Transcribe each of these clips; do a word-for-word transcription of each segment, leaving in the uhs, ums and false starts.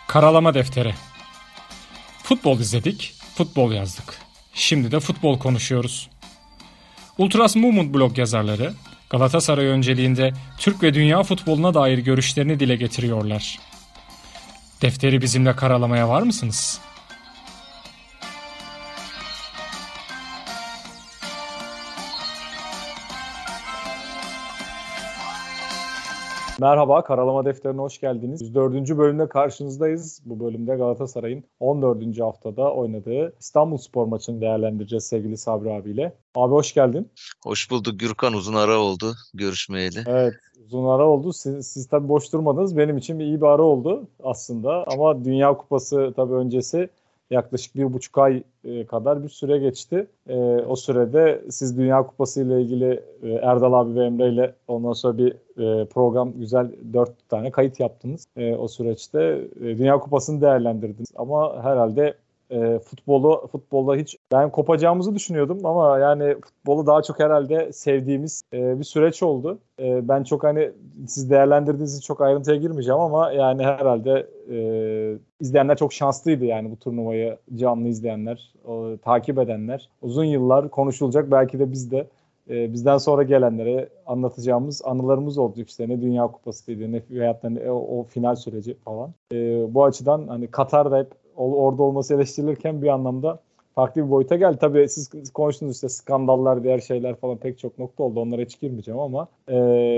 Karalama defteri. Futbol izledik, futbol yazdık. Şimdi de futbol konuşuyoruz. Ultras Movement blog yazarları Galatasaray önceliğinde Türk ve dünya futboluna dair görüşlerini dile getiriyorlar. Defteri bizimle karalamaya var mısınız? Merhaba, Karalama Defteri'ne hoş geldiniz. yüz dördüncü bölümde karşınızdayız. Bu bölümde Galatasaray'ın on dördüncü haftada oynadığı İstanbulspor maçını değerlendireceğiz sevgili Sabri abiyle. Abi hoş geldin. Hoş bulduk Gürkan. Uzun ara oldu görüşmeyeli. Evet, uzun ara oldu. Siz, siz tabii boş durmadınız. Benim için bir iyi bir ara oldu aslında. Ama Dünya Kupası tabii öncesi yaklaşık bir buçuk ay kadar bir süre geçti. E, o sürede siz Dünya Kupası ile ilgili e, Erdal abi ve Emre ile ondan sonra bir e, program, güzel dört tane kayıt yaptınız. E, o süreçte e, Dünya Kupası'nı değerlendirdiniz. Ama herhalde e, futbolu futbolda hiç ben kopacağımızı düşünüyordum ama yani futbolu daha çok herhalde sevdiğimiz e, bir süreç oldu. E, ben çok hani siz değerlendirdiğiniz için çok ayrıntıya girmeyeceğim ama yani herhalde e, izleyenler çok şanslıydı yani bu turnuvayı canlı izleyenler, o, takip edenler. Uzun yıllar konuşulacak belki de biz de e, bizden sonra gelenlere anlatacağımız anılarımız oldu işte ne Dünya Kupası'ydı ne veyahut da ne, o, o final süreci falan. E, bu açıdan hani Katar'da hep orada olması eleştirilirken bir anlamda farklı bir boyuta geldi. Tabii siz konuştunuz işte skandallar, diğer şeyler falan pek çok nokta oldu. Onlara hiç girmeyeceğim ama e,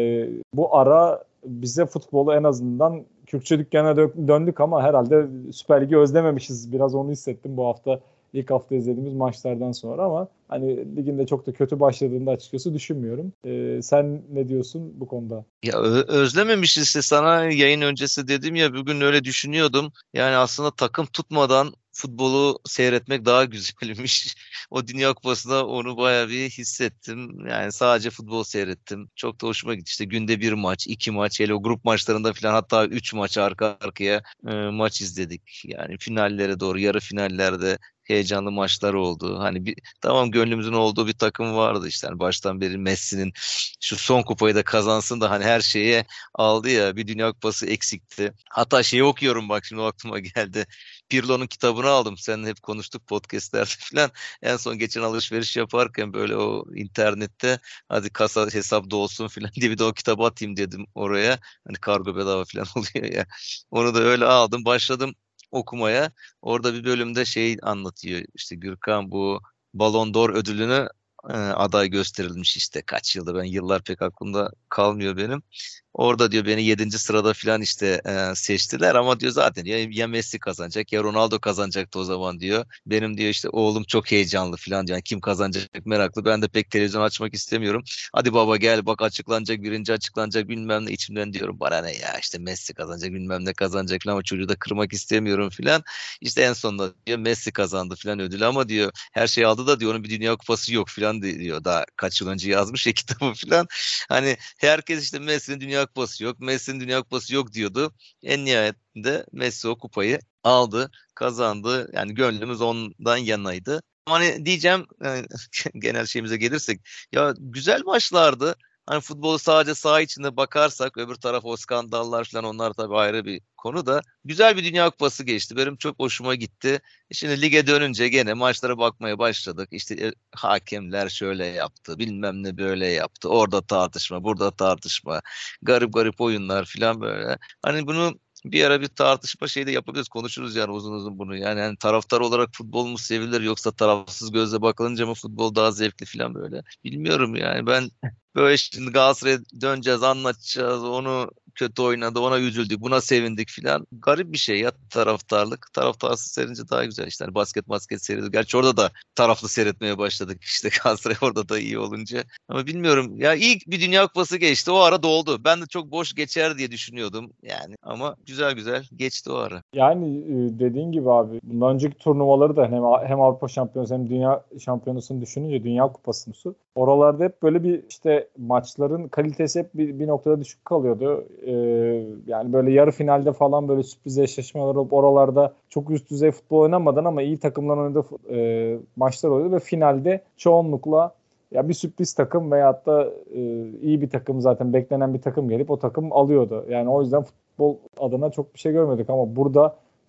bu ara bize futbolu en azından Kürtçe dükkana döndük ama herhalde Süper Lig'i özlememişiz. Biraz onu hissettim bu hafta ilk hafta izlediğimiz maçlardan sonra ama hani ligin de çok da kötü başladığını da açıkçası düşünmüyorum. Ee, sen ne diyorsun bu konuda? Ya ö- özlememişiz işte sana yayın öncesi dedim ya bugün öyle düşünüyordum. Yani aslında takım tutmadan futbolu seyretmek daha güzelmiş. O Dünya Kupası'nda onu bayağı bir hissettim. Yani sadece futbol seyrettim. Çok da hoşuma gitti. İşte günde bir maç, iki maç, hele o grup maçlarında falan hatta üç maç arka arkaya e, maç izledik. Yani finallere doğru, yarı finallerde heyecanlı maçlar oldu. Hani bir tamam gönlümüzün olduğu bir takım vardı işte. Yani baştan beri Messi'nin şu son kupayı da kazansın da hani her şeye aldı ya, bir Dünya Kupası eksikti. Hatta şeyi okuyorum bak şimdi aklıma geldi. Pirlo'nun kitabını aldım. Seninle hep konuştuk podcastlerde falan. En son geçen alışveriş yaparken böyle o internette hadi kasa hesap olsun falan diye bir de o kitabı atayım dedim oraya. Hani kargo bedava falan oluyor ya. Onu da öyle aldım. Başladım okumaya. Orada bir bölümde şey anlatıyor. İşte Gürkan bu Ballon d'Or ödülünü e, aday gösterilmiş işte kaç yılda, ben yıllar pek aklımda kalmıyor benim. Orada diyor beni yedinci sırada falan işte e, seçtiler ama diyor zaten ya, ya Messi kazanacak ya Ronaldo kazanacaktı o zaman diyor. Benim diyor işte oğlum çok heyecanlı falan diyor. Yani kim kazanacak meraklı. Ben de pek televizyon açmak istemiyorum. Hadi baba gel bak açıklanacak, birinci açıklanacak bilmem ne, içimden diyorum bana ne ya işte Messi kazanacak bilmem ne kazanacak falan ama çocuğu da kırmak istemiyorum falan. İşte en sonunda diyor Messi kazandı falan ödülü ama diyor her şey aldı da diyor onun bir Dünya Kupası yok falan diyor. Daha kaç yıl önce yazmış ya kitabı falan. Hani herkes işte Messi'nin Dünya Kupası yok, Messi'nin Dünya Kupası yok diyordu. En nihayetinde Messi o kupayı aldı, kazandı. Yani gönlümüz ondan yanaydı. Ama hani diyeceğim yani, genel şeyimize gelirsek ya güzel maçlardı. Hani futbolu sadece saha içinde bakarsak öbür taraf o skandallar falan onlar tabii ayrı bir konu da güzel bir Dünya Kupası geçti. Benim çok hoşuma gitti. Şimdi lige dönünce gene maçlara bakmaya başladık. İşte e, hakemler şöyle yaptı, bilmem ne böyle yaptı. Orada tartışma, burada tartışma, garip garip oyunlar falan böyle. Hani bunu bir ara bir tartışma şeyi de yapabiliriz, konuşuruz yani uzun uzun bunu. Yani, yani taraftar olarak futbol mu sevilir yoksa tarafsız gözle bakılınca mı futbol daha zevkli falan böyle. Bilmiyorum yani ben böyle şimdi Galatasaray'a döneceğiz, anlatacağız. Onu kötü oynadı, ona üzüldük, buna sevindik filan. Garip bir şey ya taraftarlık. Taraftarsız seyredince daha güzel işte. Hani basket basket seyrediyoruz. Gerçi orada da taraflı seyretmeye başladık. İşte Galatasaray orada da iyi olunca. Ama bilmiyorum. Ya ilk bir Dünya Kupası geçti. O ara doldu. Ben de çok boş geçer diye düşünüyordum. Yani ama güzel güzel geçti o ara. Yani e, dediğin gibi abi bundan önceki turnuvaları da hem, hem Avrupa Şampiyonası hem Dünya Şampiyonası'nı düşününce Dünya Kupası'nı oralarda hep böyle bir işte maçların kalitesi hep bir, bir noktada düşük kalıyordu. Ee, yani böyle yarı finalde falan böyle sürpriz eşleşmeler olup oralarda çok üst düzey futbol oynamadan ama iyi takımların oynadığı e, maçlar oluyordu ve finalde çoğunlukla ya bir sürpriz takım veyahut da e, iyi bir takım zaten beklenen bir takım gelip o takım alıyordu. Yani o yüzden futbol adına çok bir şey görmedik ama burada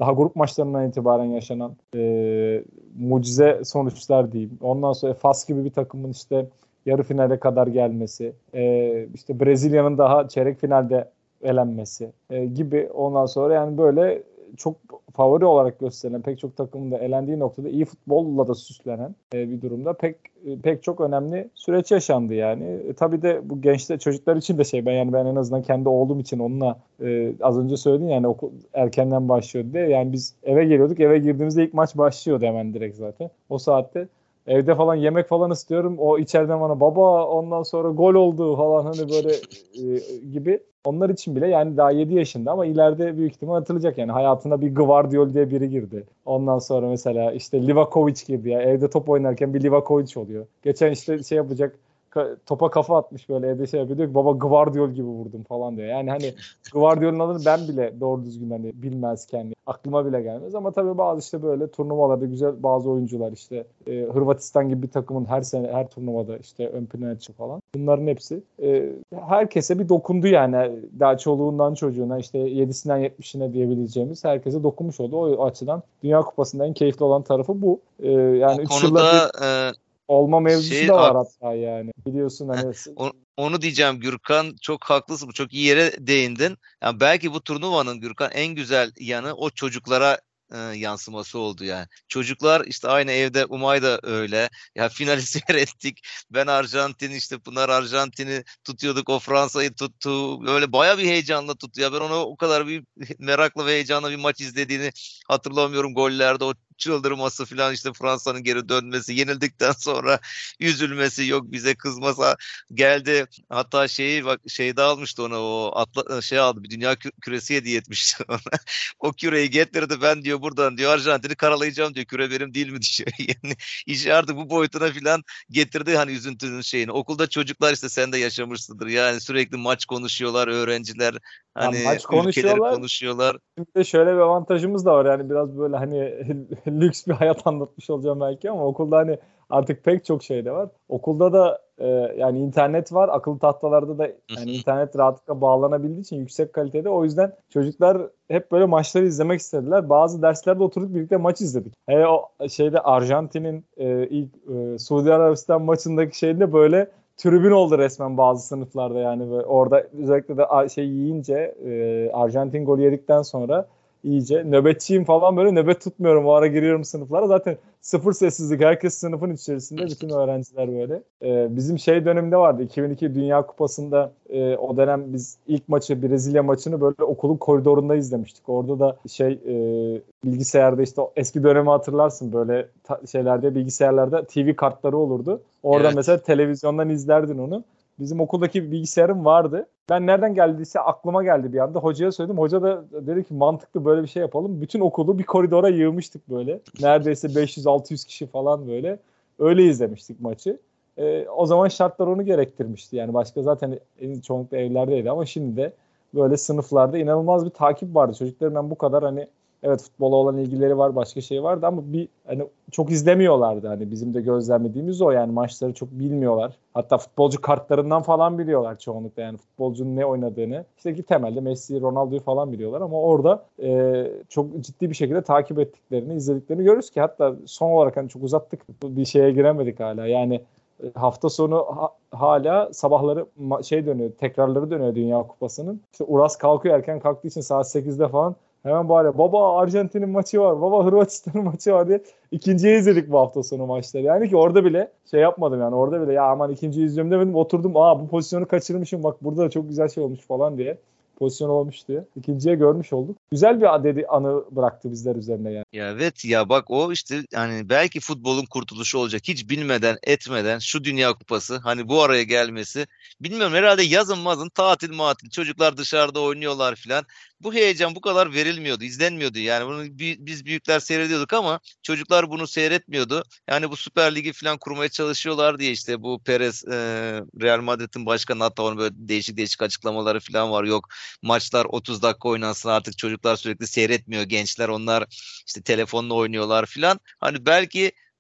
daha grup maçlarından itibaren yaşanan e, mucize sonuçlar diyeyim. Ondan sonra Fas gibi bir takımın işte yarı finale kadar gelmesi, e, işte Brezilya'nın daha çeyrek finalde elenmesi e, gibi, ondan sonra yani böyle çok favori olarak gösterilen pek çok takımın da elendiği noktada iyi futbolla da süslenen e, bir durumda pek e, pek çok önemli süreç yaşandı yani. E, tabii de bu gençler, çocuklar için de şey, ben yani ben en azından kendi oğlum için onunla e, az önce söyledin yani okul erkenden başlıyordu diye. Yani biz eve geliyorduk, eve girdiğimizde ilk maç başlıyordu hemen direkt zaten. O saatte evde falan yemek falan istiyorum. O içeriden bana baba ondan sonra gol oldu falan hani böyle e, gibi. Onlar için bile yani daha yedi yaşında ama ileride büyük ihtimal hatırlayacak yani hayatına bir Gvardiol diye biri girdi. Ondan sonra mesela işte Livakovic girdi ya, evde top oynarken bir Livakovic oluyor. Geçen işte şey yapacak, topa kafa atmış böyle evde şey yapıyor, diyor ki baba Gvardiol gibi vurdum falan diyor. Yani hani Gvardiol'un adını ben bile doğru düzgün hani bilmezken aklıma bile gelmez ama tabii bazı işte böyle turnuvalarda güzel bazı oyuncular işte e, Hırvatistan gibi bir takımın her sene her turnuvada işte ön plana çıkıyor falan. Bunların hepsi e, herkese bir dokundu yani, daha çoluğundan çocuğuna işte yedisinden yetmişine diyebileceğimiz herkese dokunmuş oldu. O açıdan Dünya Kupası'nda en keyifli olan tarafı bu. E, yani O üç yılda bir konuda e, olma mevzusu şey da var hatta yani. Biliyorsun Heh, hani o- onu diyeceğim Gürkan, çok haklısın, bu çok iyi yere değindin. Yani belki bu turnuvanın Gürkan en güzel yanı o çocuklara e, yansıması oldu yani. Çocuklar işte aynı evde, Umay da öyle. Ya finali seyrettik. Ben Arjantin, işte Pınar Arjantin'i tutuyorduk, o Fransa'yı tuttu. Böyle baya bir heyecanla tuttu. Ya ben onu o kadar bir merakla ve heyecanla bir maç izlediğini hatırlamıyorum. Gollerde o çıldırması falan, işte Fransa'nın geri dönmesi, yenildikten sonra üzülmesi, yok bize kızmasa geldi. Hatta şeyi bak, şeyde almıştı ona, o atla, şey aldı, bir dünya kü- küresi hediye etmişti ona. O küreyi getirdi, ben diyor buradan diyor Arjantin'i karalayacağım diyor. Küre benim değil mi diyor. Yani işi artık bu boyutuna filan getirdi, hani üzüntünün şeyini. Okulda çocuklar, işte sen de yaşamışsındır. Yani sürekli maç konuşuyorlar öğrenciler. ya Hani maç ülkeleri konuşuyorlar. konuşuyorlar. Şimdi de şöyle bir avantajımız da var yani, biraz böyle hani lüks bir hayat anlatmış olacağım belki ama okulda hani artık pek çok şey de var. Okulda da e, yani internet var. Akıllı tahtalarda da yani internet rahatlıkla bağlanabildiği için yüksek kalitede. O yüzden çocuklar hep böyle maçları izlemek istediler. Bazı derslerde oturduk birlikte maç izledik. Hele o şeyde Arjantin'in e, ilk e, Suudi Arabistan maçındaki şeyinde böyle tribün oldu resmen bazı sınıflarda yani. Böyle orada özellikle de a- şey yiyince e, Arjantin golü yedikten sonra iyice nöbetçiyim falan, böyle nöbet tutmuyorum. O ara giriyorum sınıflara. Zaten sıfır sessizlik. Herkes sınıfın içerisinde. Bütün öğrenciler böyle. Ee, bizim şey döneminde vardı. iki bin iki Dünya Kupası'nda e, o dönem biz ilk maçı, Brezilya maçını böyle okulun koridorunda izlemiştik. Orada da şey e, bilgisayarda işte o eski dönemi hatırlarsın, böyle ta- şeylerde, bilgisayarlarda T V kartları olurdu. Oradan Evet. mesela televizyondan izlerdin onu. Bizim okuldaki bir bilgisayarım vardı. Ben nereden geldiyse aklıma geldi bir anda. Hocaya söyledim. Hoca da dedi ki mantıklı, böyle bir şey yapalım. Bütün okulu bir koridora yığmıştık böyle. Neredeyse beş yüz altı yüz kişi falan böyle. Öyle izlemiştik maçı. Ee, o zaman şartlar onu gerektirmişti. Yani başka zaten en çoğunlukla evlerdeydi ama şimdi de böyle sınıflarda inanılmaz bir takip vardı. Çocukların ben bu kadar hani, evet futbola olan ilgileri var, başka şey vardı ama bir hani çok izlemiyorlardı. Hani bizim de gözlemlediğimiz o, yani maçları çok bilmiyorlar. Hatta futbolcu kartlarından falan biliyorlar çoğunlukla, yani futbolcunun ne oynadığını. İşte ki temelde Messi, Ronaldo'yu falan biliyorlar ama orada e, çok ciddi bir şekilde takip ettiklerini, izlediklerini görürüz ki hatta son olarak hani çok uzattık, bir şeye giremedik hala. Yani hafta sonu ha- hala sabahları ma- şey dönüyor, tekrarları dönüyor Dünya Kupası'nın. İşte Uras kalkıyor, erken kalktığı için saat sekizde falan hemen bari baba Arjantin'in maçı var, baba Hırvatistan'ın maçı var diye ikinciyi izledik bu hafta sonu maçları. Yani ki orada bile şey yapmadım, yani orada bile ya aman ikinciyi izliyorum demedim, oturdum aa bu pozisyonu kaçırmışım, bak burada da çok güzel şey olmuş falan diye, pozisyon olmuş diye. İkinciye görmüş olduk. Güzel bir dedi, anı bıraktı bizler üzerine yani. Ya evet, ya bak o işte hani belki futbolun kurtuluşu olacak. Hiç bilmeden etmeden şu Dünya Kupası hani bu araya gelmesi, bilmiyorum, herhalde yazın mazın tatil matil çocuklar dışarıda oynuyorlar filan. Bu heyecan bu kadar verilmiyordu, izlenmiyordu. Yani bunu bi- biz büyükler seyrediyorduk ama çocuklar bunu seyretmiyordu. Yani bu Süper Ligi falan kurmaya çalışıyorlar diye, işte bu Perez, e, Real Madrid'in başkanı, hatta onun böyle değişik değişik açıklamaları falan var. Yok maçlar otuz dakika oynansın artık, çocuklar sürekli seyretmiyor, gençler onlar işte telefonla oynuyorlar filan. Hani belki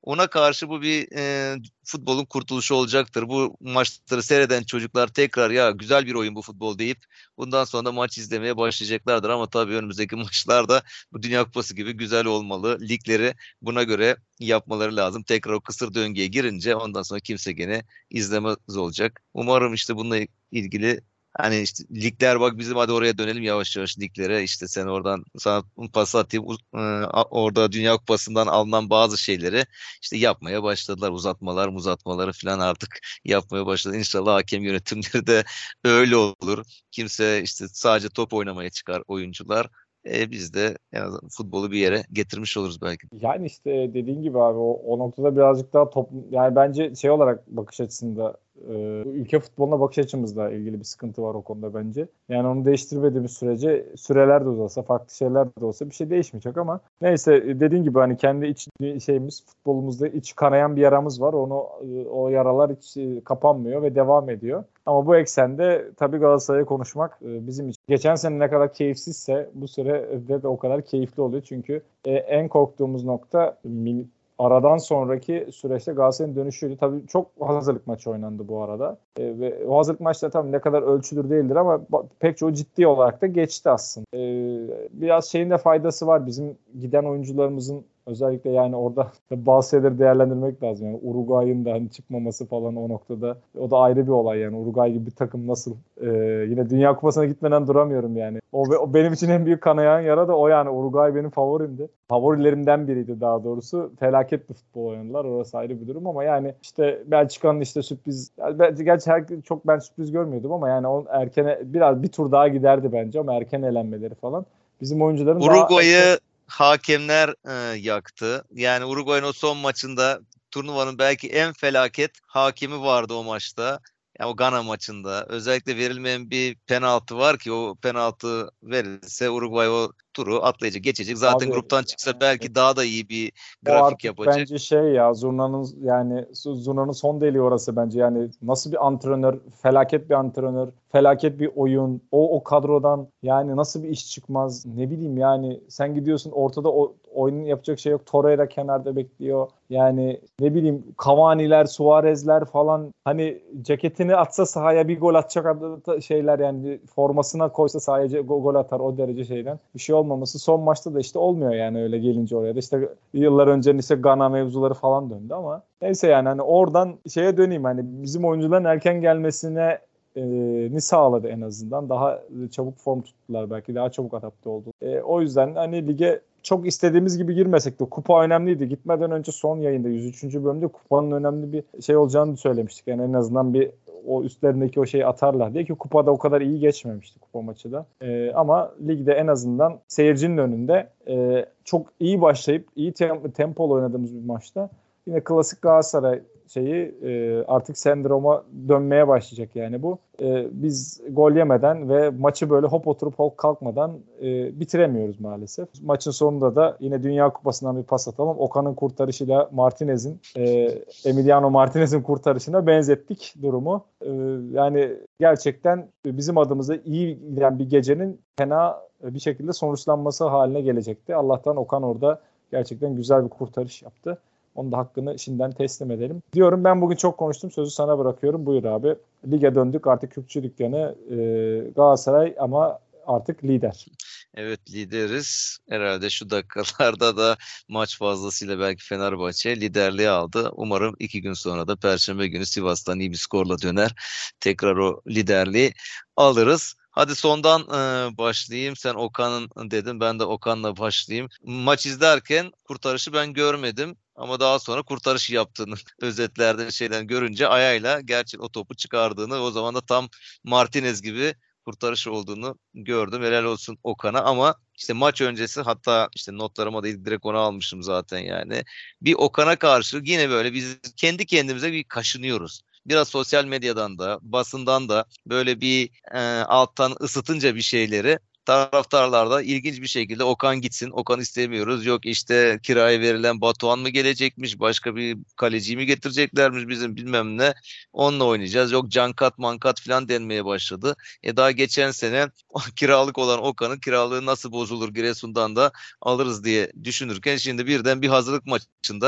Ona karşı bu bir e, futbolun kurtuluşu olacaktır. Bu maçları seyreden çocuklar tekrar ya güzel bir oyun bu futbol deyip bundan sonra da maç izlemeye başlayacaklardır. Ama tabii önümüzdeki maçlarda bu Dünya Kupası gibi güzel olmalı. Ligleri buna göre yapmaları lazım. Tekrar o kısır döngüye girince ondan sonra kimse gene izlemez olacak. Umarım işte bununla ilgili hani işte ligler bak bizim hadi oraya dönelim yavaş yavaş liglere işte sen oradan sana pas atayım e, orada Dünya Kupası'ndan alınan bazı şeyleri işte yapmaya başladılar uzatmalar muzatmaları falan artık yapmaya başladı. İnşallah hakem yönetimleri de öyle olur. Kimse işte sadece top oynamaya çıkar oyuncular. E, biz de en azından futbolu bir yere getirmiş oluruz belki. Yani işte dediğin gibi abi o, o noktada birazcık daha top yani bence şey olarak bakış açısında e, ülke futboluna bakış açımızla ilgili bir sıkıntı var o konuda bence. Yani onu değiştirmediğimiz sürece süreler de uzasa farklı şeyler de olsa bir şey değişmeyecek ama neyse dediğin gibi hani kendi iç şeyimiz futbolumuzda iç kanayan bir yaramız var. Onu o yaralar hiç kapanmıyor ve devam ediyor. Ama bu eksende tabii Galatasaray'ı konuşmak bizim için geçen sene ne kadar keyifsizse bu sürede de o kadar keyifli oluyor. Çünkü en korktuğumuz nokta aradan sonraki süreçte Galatasaray'ın dönüşüydü. Tabii çok hazırlık maçı oynandı bu arada. E, ve o hazırlık maçları tabii ne kadar ölçülür değildir ama pek çoğu ciddi olarak da geçti aslında. E, biraz şeyin de faydası var. Bizim giden oyuncularımızın özellikle yani orada bazı şeyleri değerlendirmek lazım. Yani Uruguay'ın da hani çıkmaması falan o noktada. O da ayrı bir olay yani. Uruguay gibi bir takım nasıl? Ee, yine Dünya Kupası'na gitmeden duramıyorum yani. O, o benim için en büyük kanayan yara da o yani. Uruguay benim favorimdi. Favorilerimden biriydi daha doğrusu. Felaket bir futbol oynadılar. Orası ayrı bir durum ama yani işte Belçika'nın işte sürpriz. Yani gerçi her, çok ben sürpriz görmüyordum ama yani o erkene biraz bir tur daha giderdi bence ama erken elenmeleri falan. Bizim oyuncuların Uruguay'ı daha hakemler e, yaktı. Yani Uruguay'ın o son maçında turnuvanın belki en felaket hakemi vardı o maçta. Yani o Gana maçında. Özellikle verilmeyen bir penaltı var ki o penaltı verilse Uruguay o turu atlayacak, geçecek. Zaten abi gruptan çıksa belki daha da iyi bir o grafik artık yapacak. bence şey ya Zurna'nın yani Zurna'nın son deliği orası bence yani nasıl bir antrenör felaket bir antrenör felaket bir oyun o o kadrodan yani nasıl bir iş çıkmaz ne bileyim yani sen gidiyorsun ortada o oyunun yapacak şey yok Torreira kenarda bekliyor yani ne bileyim Cavani'ler Suarez'ler falan hani ceketini atsa sahaya bir gol atacak şeyler yani formasına koysa sahaya gol atar o derece şeyden bir şey olmaması son maçta da işte olmuyor yani öyle gelince oraya da işte yıllar önce işte Gana mevzuları falan döndü ama neyse yani hani oradan şeye döneyim hani bizim oyuncuların erken gelmesine e, ni sağladı en azından. Daha çabuk form tuttular belki. Daha çabuk adapte oldu. E, o yüzden hani lige çok istediğimiz gibi girmesek de kupa önemliydi. Gitmeden önce son yayında yüz üçüncü bölümde kupanın önemli bir şey olacağını söylemiştik. Yani en azından bir o üstlerindeki o şeyi atarlar diye ki kupada o kadar iyi geçmemişti kupa maçı da. E, ama ligde en azından seyircinin önünde e, çok iyi başlayıp iyi tem- tempolu oynadığımız bir maçta yine klasik Galatasaray şeyi e, artık sendroma dönmeye başlayacak yani bu. E, biz gol yemeden ve maçı böyle hop oturup hop kalkmadan e, bitiremiyoruz maalesef. Maçın sonunda da yine Dünya Kupası'ndan bir pas atalım. Okan'ın kurtarışıyla Martinez'in e, Emiliano Martinez'in kurtarışına benzettik durumu. E, yani gerçekten bizim adımıza iyi giden bir gecenin fena bir şekilde sonuçlanması haline gelecekti. Allah'tan Okan orada gerçekten güzel bir kurtarış yaptı. Onun da hakkını şimdiden teslim edelim. Diyorum ben bugün çok konuştum. Sözü sana bırakıyorum. Buyur abi. Lige döndük. Artık Kürkçü dükkanı e, Galatasaray ama artık lider. Evet lideriz. Herhalde şu dakikalarda da maç fazlasıyla belki Fenerbahçe liderliği aldı. Umarım iki gün sonra da Perşembe günü Sivas'tan iyi bir skorla döner. Tekrar o liderliği alırız. Hadi sondan e, başlayayım. Sen Okan'ın dedin. Ben de Okan'la başlayayım. Maç izlerken kurtarışı ben görmedim. Ama daha sonra kurtarış yaptığını özetlerde şeyden görünce ayağıyla gerçekten o topu çıkardığını o zaman da tam Martinez gibi kurtarış olduğunu gördüm. Helal olsun Okan'a ama işte maç öncesi hatta işte notlarıma da direkt onu almışım zaten yani. Bir Okan'a karşı yine böyle biz kendi kendimize bir kaşınıyoruz. Biraz sosyal medyadan da basından da böyle bir e, alttan ısıtınca bir şeyleri taraftarlar da ilginç bir şekilde Okan gitsin, Okan istemiyoruz. Yok işte kiraya verilen Batuhan mı gelecekmiş, başka bir kaleci mi getireceklermiş bizim bilmem ne. Onunla oynayacağız. Yok Cankat Mankat falan denmeye başladı. E daha geçen sene kiralık olan Okan'ın kiralığı nasıl bozulur Giresun'dan da alırız diye düşünürken şimdi birden bir hazırlık maçında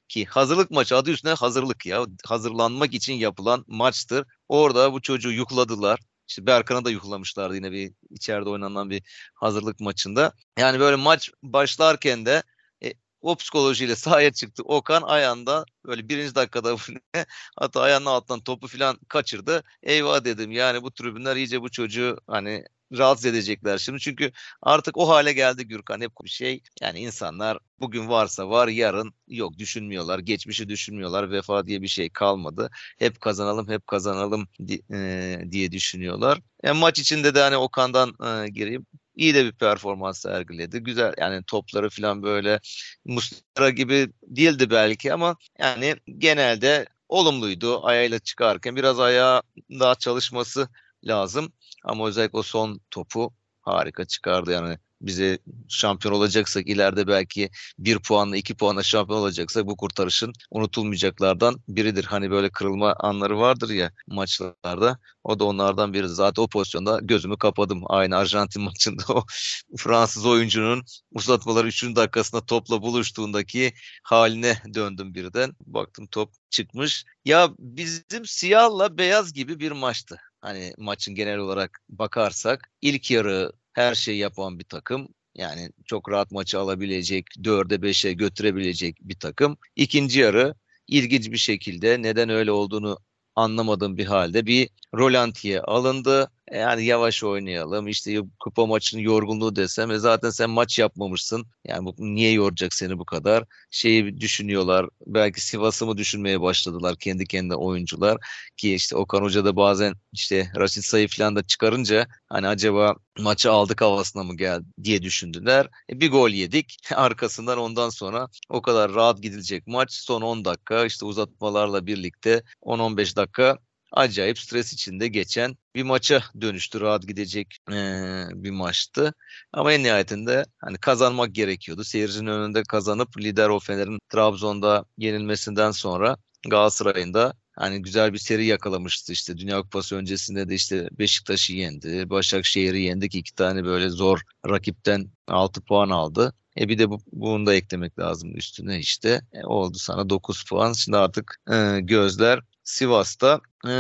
ki hazırlık maçı adı üstüne hazırlık ya. Hazırlanmak için yapılan maçtır. Orada bu çocuğu yukladılar. İşte Berkan'ı da yuklamışlardı yine bir içeride oynanan bir hazırlık maçında. Yani böyle maç başlarken de e, o psikolojiyle sahaya çıktı. Okan ayağında böyle birinci dakikada hatta ayağının altından topu falan kaçırdı. Eyvah dedim, yani bu tribünler iyice bu çocuğu hani rahatsız edecekler şimdi. Çünkü artık o hale geldi Gürkan, hep bir şey. Yani insanlar bugün varsa var, yarın yok düşünmüyorlar. Geçmişi düşünmüyorlar. Vefa diye bir şey kalmadı. Hep kazanalım, hep kazanalım di- e, diye düşünüyorlar. E, maç içinde de hani Okan'dan e, gireyim. İyi de bir performans sergiledi. Güzel, yani topları falan böyle Muslera gibi değildi belki ama yani genelde olumluydu. Ayağıyla çıkarken biraz ayağı daha çalışması lazım. Ama özellikle o son topu harika çıkardı. Yani bize şampiyon olacaksak ileride, belki bir puanla iki puanla şampiyon olacaksak, bu kurtarışın unutulmayacaklardan biridir. Hani böyle kırılma anları vardır ya maçlarda. O da onlardan biri. Zaten o pozisyonda gözümü kapadım. Aynı Arjantin maçında o Fransız oyuncunun uzatmalar üçüncü dakikasında topla buluştuğundaki haline döndüm birden. Baktım top çıkmış. Ya bizim siyahla beyaz gibi bir maçtı. Hani maçın genel olarak bakarsak ilk yarı her şeyi yapan bir takım. Yani çok rahat maçı alabilecek, dörde beşe götürebilecek bir takım. İkinci yarı ilginç bir şekilde, neden öyle olduğunu anlamadığım bir halde, bir rolantiye alındı. E, Yani yavaş oynayalım, işte kupa maçının yorgunluğu desem, e zaten sen maç yapmamışsın. Yani bu niye yoracak seni bu kadar? Şeyi düşünüyorlar. Belki Sivas'ı mı düşünmeye başladılar kendi kendine oyuncular, ki işte Okan Hoca da bazen işte Raşit Sayı falan da çıkarınca hani acaba maçı aldık havasına mı geldi diye düşündüler. E, bir gol yedik. Arkasından ondan sonra o kadar rahat gidilecek maç son on dakika işte uzatmalarla birlikte on on beş dakika acayip stres içinde geçen bir maça dönüştü. Rahat gidecek eee, bir maçtı. Ama en nihayetinde hani kazanmak gerekiyordu. Seyircinin önünde kazanıp lider o Fener'in Trabzon'da yenilmesinden sonra Galatasaray'ın da hani güzel bir seri yakalamıştı. İşte Dünya Kupası öncesinde de işte Beşiktaş'ı yendi, Başakşehir'i yendik. İki tane böyle zor rakipten altı puan aldı. E bir de bu, bunu da eklemek lazım üstüne işte. E oldu sana dokuz puan. Şimdi artık e, gözler Sivas'ta. E,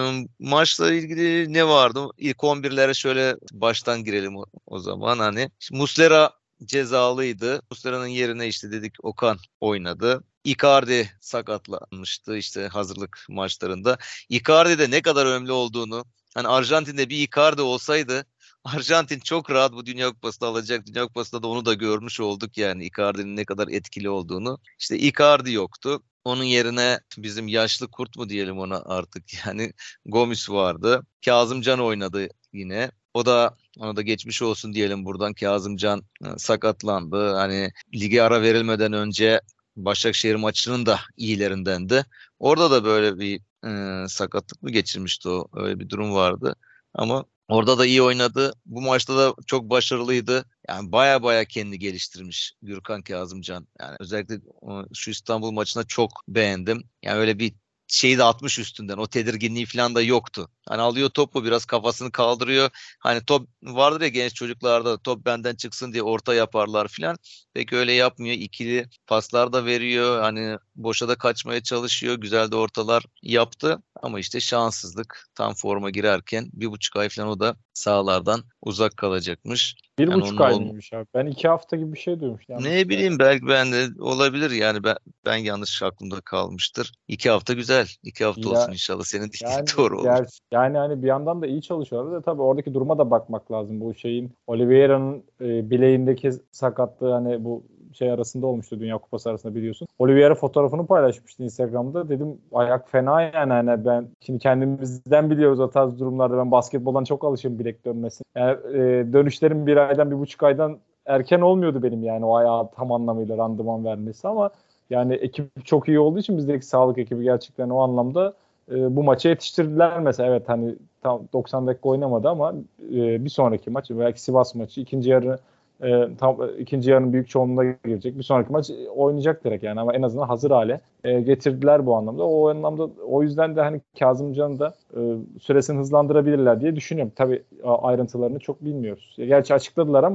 maçla ilgili ne vardı? İlk on birlere şöyle baştan girelim o, o zaman. Hani Muslera cezalıydı. Muslera'nın yerine işte dedik Okan oynadı. Icardi sakatlanmıştı işte hazırlık maçlarında. Icardi de ne kadar önemli olduğunu, hani Arjantin'de bir Icardi olsaydı Arjantin çok rahat bu Dünya Kupası'nı alacak. Dünya Kupası'nda da onu da görmüş olduk, yani Icardi'nin ne kadar etkili olduğunu. İşte Icardi yoktu. Onun yerine bizim yaşlı kurt mu diyelim ona artık, yani Gomis vardı. Kazımcan oynadı yine. O da, ona da geçmiş olsun diyelim buradan. Kazımcan e, sakatlandı. Hani lige ara verilmeden önce Başakşehir maçının da iyilerindendi. Orada da böyle bir e, sakatlık mı geçirmişti o? Öyle bir durum vardı. Ama orada da iyi oynadı. Bu maçta da çok başarılıydı. Yani baya baya kendini geliştirmiş Gürkan Kazımcan. Yani özellikle o, şu İstanbul maçına çok beğendim. Yani öyle bir şeyi de atmış üstünden. O tedirginliği falan da yoktu. Hani alıyor topu, biraz kafasını kaldırıyor. Hani top vardır ya genç çocuklarda, top benden çıksın diye orta yaparlar falan. Pek öyle yapmıyor. İkili paslar da veriyor. Hani boşa da kaçmaya çalışıyor. Güzel de ortalar yaptı. Ama işte şanssızlık. Tam forma girerken bir buçuk ay falan o da sahalardan uzak kalacakmış. Bir Yani buçuk onun ay ol mıymış abi? Ben iki hafta gibi bir şey duymuştum. ne Yanlışsa. bileyim, belki ben de olabilir, yani ben, ben yanlış aklımda kalmıştır. İki hafta güzel. İki hafta olsun Ya inşallah. Senin dediğin yani doğru olur. ger yani hani bir yandan da iyi çalışıyorlar da tabii oradaki duruma da bakmak lazım. Bu şeyin Oliveira'nın e, bileğindeki sakatlığı hani bu şey arasında olmuştu, Dünya Kupası arasında biliyorsun. Oliveira fotoğrafını paylaşmıştı Instagram'da. Dedim ayak fena yani, hani ben şimdi kendimizden biliyoruz o tarz durumlarda. Ben basketboldan çok alışığım bilek dönmesi. Yani e, dönüşlerim bir aydan bir buçuk aydan erken olmuyordu benim, yani o ayağa tam anlamıyla randıman vermesi, ama yani ekip çok iyi olduğu için bizdeki sağlık ekibi gerçekten o anlamda e, bu maça yetiştirdiler mesela. Evet, hani tam doksan dakika oynamadı ama e, bir sonraki maç belki Sivas maçı ikinci yarı e, tam ikinci yarının büyük çoğunluğuna girecek. Bir sonraki maç oynayacak direkt yani, ama en azından hazır hale e, getirdiler bu anlamda. O anlamda o yüzden de hani Kazımcan'ı da e, süresini hızlandırabilirler diye düşünüyorum. Tabii ayrıntılarını çok bilmiyoruz. Gerçi açıkladılar ama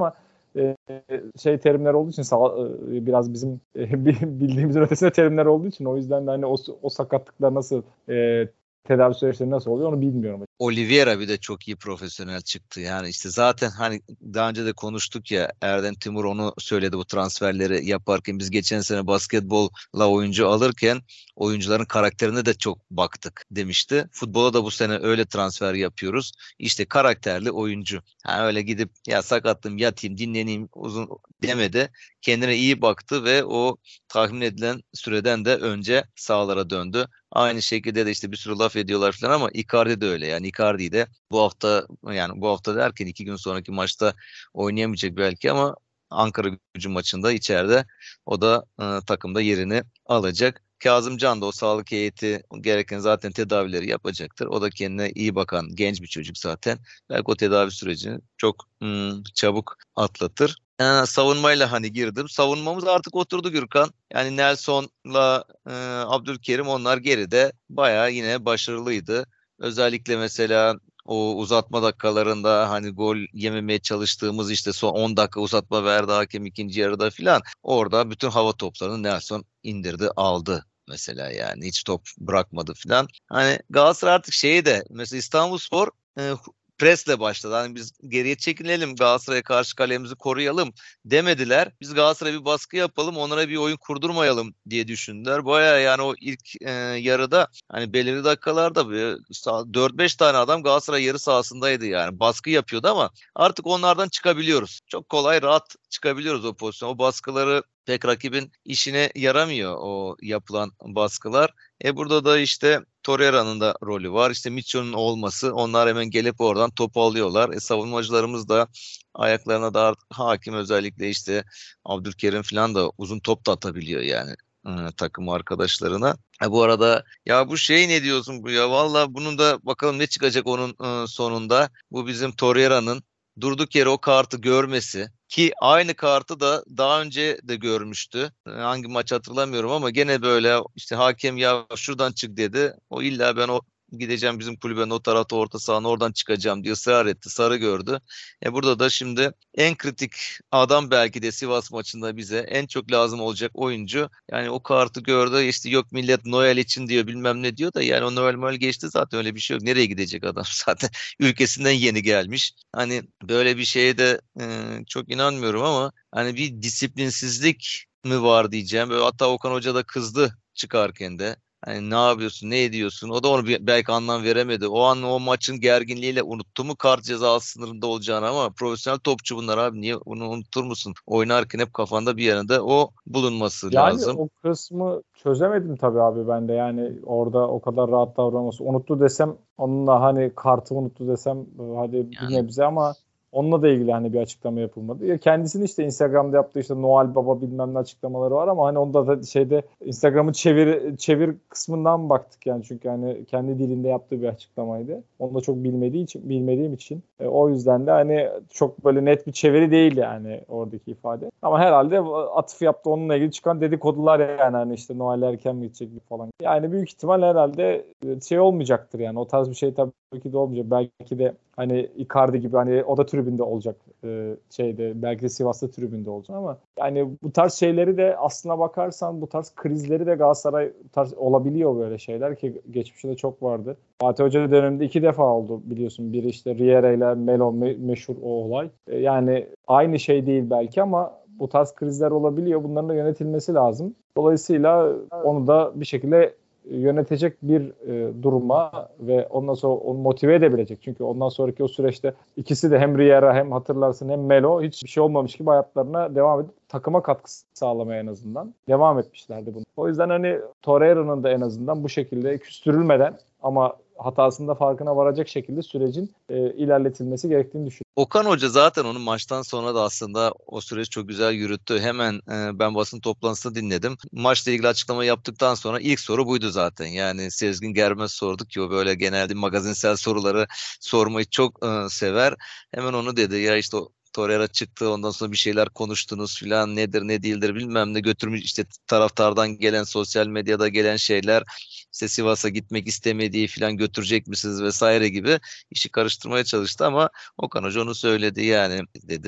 e, şey terimler olduğu için sağ, e, biraz bizim e, bildiğimizin ötesinde terimler olduğu için o yüzden de hani o, o sakatlıklar nasıl e, tedavi süreçleri nasıl oluyor onu bilmiyorum. Oliveira bir de çok iyi profesyonel çıktı. Yani işte zaten hani daha önce de konuştuk ya, Erden Timur onu söyledi bu transferleri yaparken, biz geçen sene basketbolla oyuncu alırken oyuncuların karakterine de çok baktık demişti. Futbola da bu sene öyle transfer yapıyoruz. İşte karakterli oyuncu. Ha öyle gidip ya sakatlım yatayım dinleneyim uzun demedi. Kendine iyi baktı ve o tahmin edilen süreden de önce sahalara döndü. Aynı şekilde de işte bir sürü laf ediyorlar falan ama Icardi de öyle. Yani Icardi de bu hafta, yani bu hafta derken iki gün sonraki maçta oynayamayacak belki ama Ankaragücü maçında içeride o da e, takımda yerini alacak. Kazımcan da o sağlık heyeti gereken zaten tedavileri yapacaktır. O da kendine iyi bakan genç bir çocuk zaten. Belki o tedavi sürecini çok hmm, çabuk atlatır. Ee, savunmayla hani girdim. Savunmamız artık oturdu Gürkan. Yani Nelson'la e, Abdülkerim onlar geride. Bayağı yine başarılıydı. Özellikle mesela o uzatma dakikalarında hani gol yememeye çalıştığımız işte son on dakika uzatma verdi hakem ikinci yarıda filan. Orada bütün hava toplarını Nelson indirdi, aldı mesela, yani hiç top bırakmadı filan. Hani Galatasaray artık şeyi de mesela İstanbulspor e, presle başladı. Hani biz geriye çekilelim, Galatasaray'a karşı kalemizi koruyalım demediler. Biz Galatasaray'a bir baskı yapalım, onlara bir oyun kurdurmayalım diye düşündüler. Baya yani o ilk e, yarıda hani belirli dakikalarda dört beş tane adam Galatasaray yarı sahasındaydı yani. Baskı yapıyordu ama artık onlardan çıkabiliyoruz. Çok kolay, rahat çıkabiliyoruz o pozisyon. O baskıları pek rakibin işine yaramıyor, o yapılan baskılar. E burada da işte Torreira'nın da rolü var. İşte Mitchell'ın olması. Onlar hemen gelip oradan topu alıyorlar. E savunmacılarımız da ayaklarına da hakim, özellikle işte Abdülkerim falan da uzun top da atabiliyor yani e, takım arkadaşlarına. E bu arada ya bu şey ne diyorsun bu ya? Valla bunun da bakalım ne çıkacak onun e, sonunda. Bu bizim Torreira'nın durduk yere o kartı görmesi, ki aynı kartı da daha önce de görmüştü. Hangi maç hatırlamıyorum ama gene böyle işte hakem ya şuradan çık dedi. O illa ben o gideceğim bizim kulübenin o tarafta orta sahanın oradan çıkacağım diye ısrar etti. Sarı gördü. E burada da şimdi en kritik adam belki de Sivas maçında bize en çok lazım olacak oyuncu. Yani o kartı gördü, işte yok millet Noel için diyor bilmem ne diyor da yani o Noel Noel geçti zaten, öyle bir şey yok. Nereye gidecek adam zaten ülkesinden yeni gelmiş. Hani böyle bir şeye de e, çok inanmıyorum ama hani bir disiplinsizlik mi var diyeceğim. Böyle, hatta Okan Hoca da kızdı çıkarken de. Hani ne yapıyorsun, ne ediyorsun? O da onu bir- belki anlam veremedi. O an o maçın gerginliğiyle unuttu mu kart cezası sınırında olacağını, ama profesyonel topçu bunlar abi. Niye bunu unutur musun? Oynarken hep kafanda bir yerinde o bulunması Yani lazım. o kısmı çözemedim tabii abi ben de, yani orada o kadar rahat davranması. Unuttu desem onunla, hani kartı unuttu desem hadi bir Yani nebze, ama onunla da ilgili hani bir açıklama yapılmadı. Ya kendisinin işte Instagram'da yaptığı işte Noel Baba bilmem ne açıklamaları var ama hani onda da şeyde Instagram'ın çevir çevir kısmından baktık yani, çünkü hani kendi dilinde yaptığı bir açıklamaydı. Onu da çok bilmediği için bilmediğim için e, o yüzden de hani çok böyle net bir çeviri değil yani oradaki ifade. Ama herhalde atıf yaptı, onunla ilgili çıkan dedikodular yani, hani işte Noel erken mi gidecek falan. Yani büyük ihtimal herhalde şey olmayacaktır yani, o tarz bir şey tabii ki de olmayacak. Belki de hani Icardi gibi hani o da tribünde olacak e, şeyde, belki de Sivas'ta tribünde olacak ama yani bu tarz şeyleri de aslına bakarsan, bu tarz krizleri de Galatasaray tarz olabiliyor, böyle şeyler ki geçmişte de çok vardı. Fatih Hoca döneminde iki defa oldu biliyorsun. Biri işte Riera ile Melo me- meşhur o olay. E, yani aynı şey değil belki ama bu tarz krizler olabiliyor. Bunların da yönetilmesi lazım. Dolayısıyla onu da bir şekilde yönetecek bir e, duruma ve ondan sonra onu motive edebilecek. Çünkü ondan sonraki o süreçte ikisi de, hem Riera hem hatırlarsın hem Melo, hiçbir şey olmamış gibi hayatlarına devam edip takıma katkı sağlamaya en azından devam etmişlerdi bunu. O yüzden hani Torreira'nın da en azından bu şekilde küstürülmeden ama hatasında farkına varacak şekilde sürecin e, ilerletilmesi gerektiğini düşünüyorum. Okan Hoca zaten onun maçtan sonra da aslında o süreci çok güzel yürüttü. Hemen e, ben basın toplantısını dinledim. Maçla ilgili açıklama yaptıktan sonra ilk soru buydu zaten. Yani Sezgin Germez sordu ki o böyle genelde magazinsel soruları sormayı çok e, sever. Hemen onu dedi ya işte o Torreira çıktı, ondan sonra bir şeyler konuştunuz filan, nedir ne değildir bilmem ne, götürmüş işte taraftardan gelen, sosyal medyada gelen şeyler, işte Sivas'a gitmek istemediği filan, götürecek misiniz vesaire gibi işi karıştırmaya çalıştı ama Okan Hoca onu söyledi yani, dedi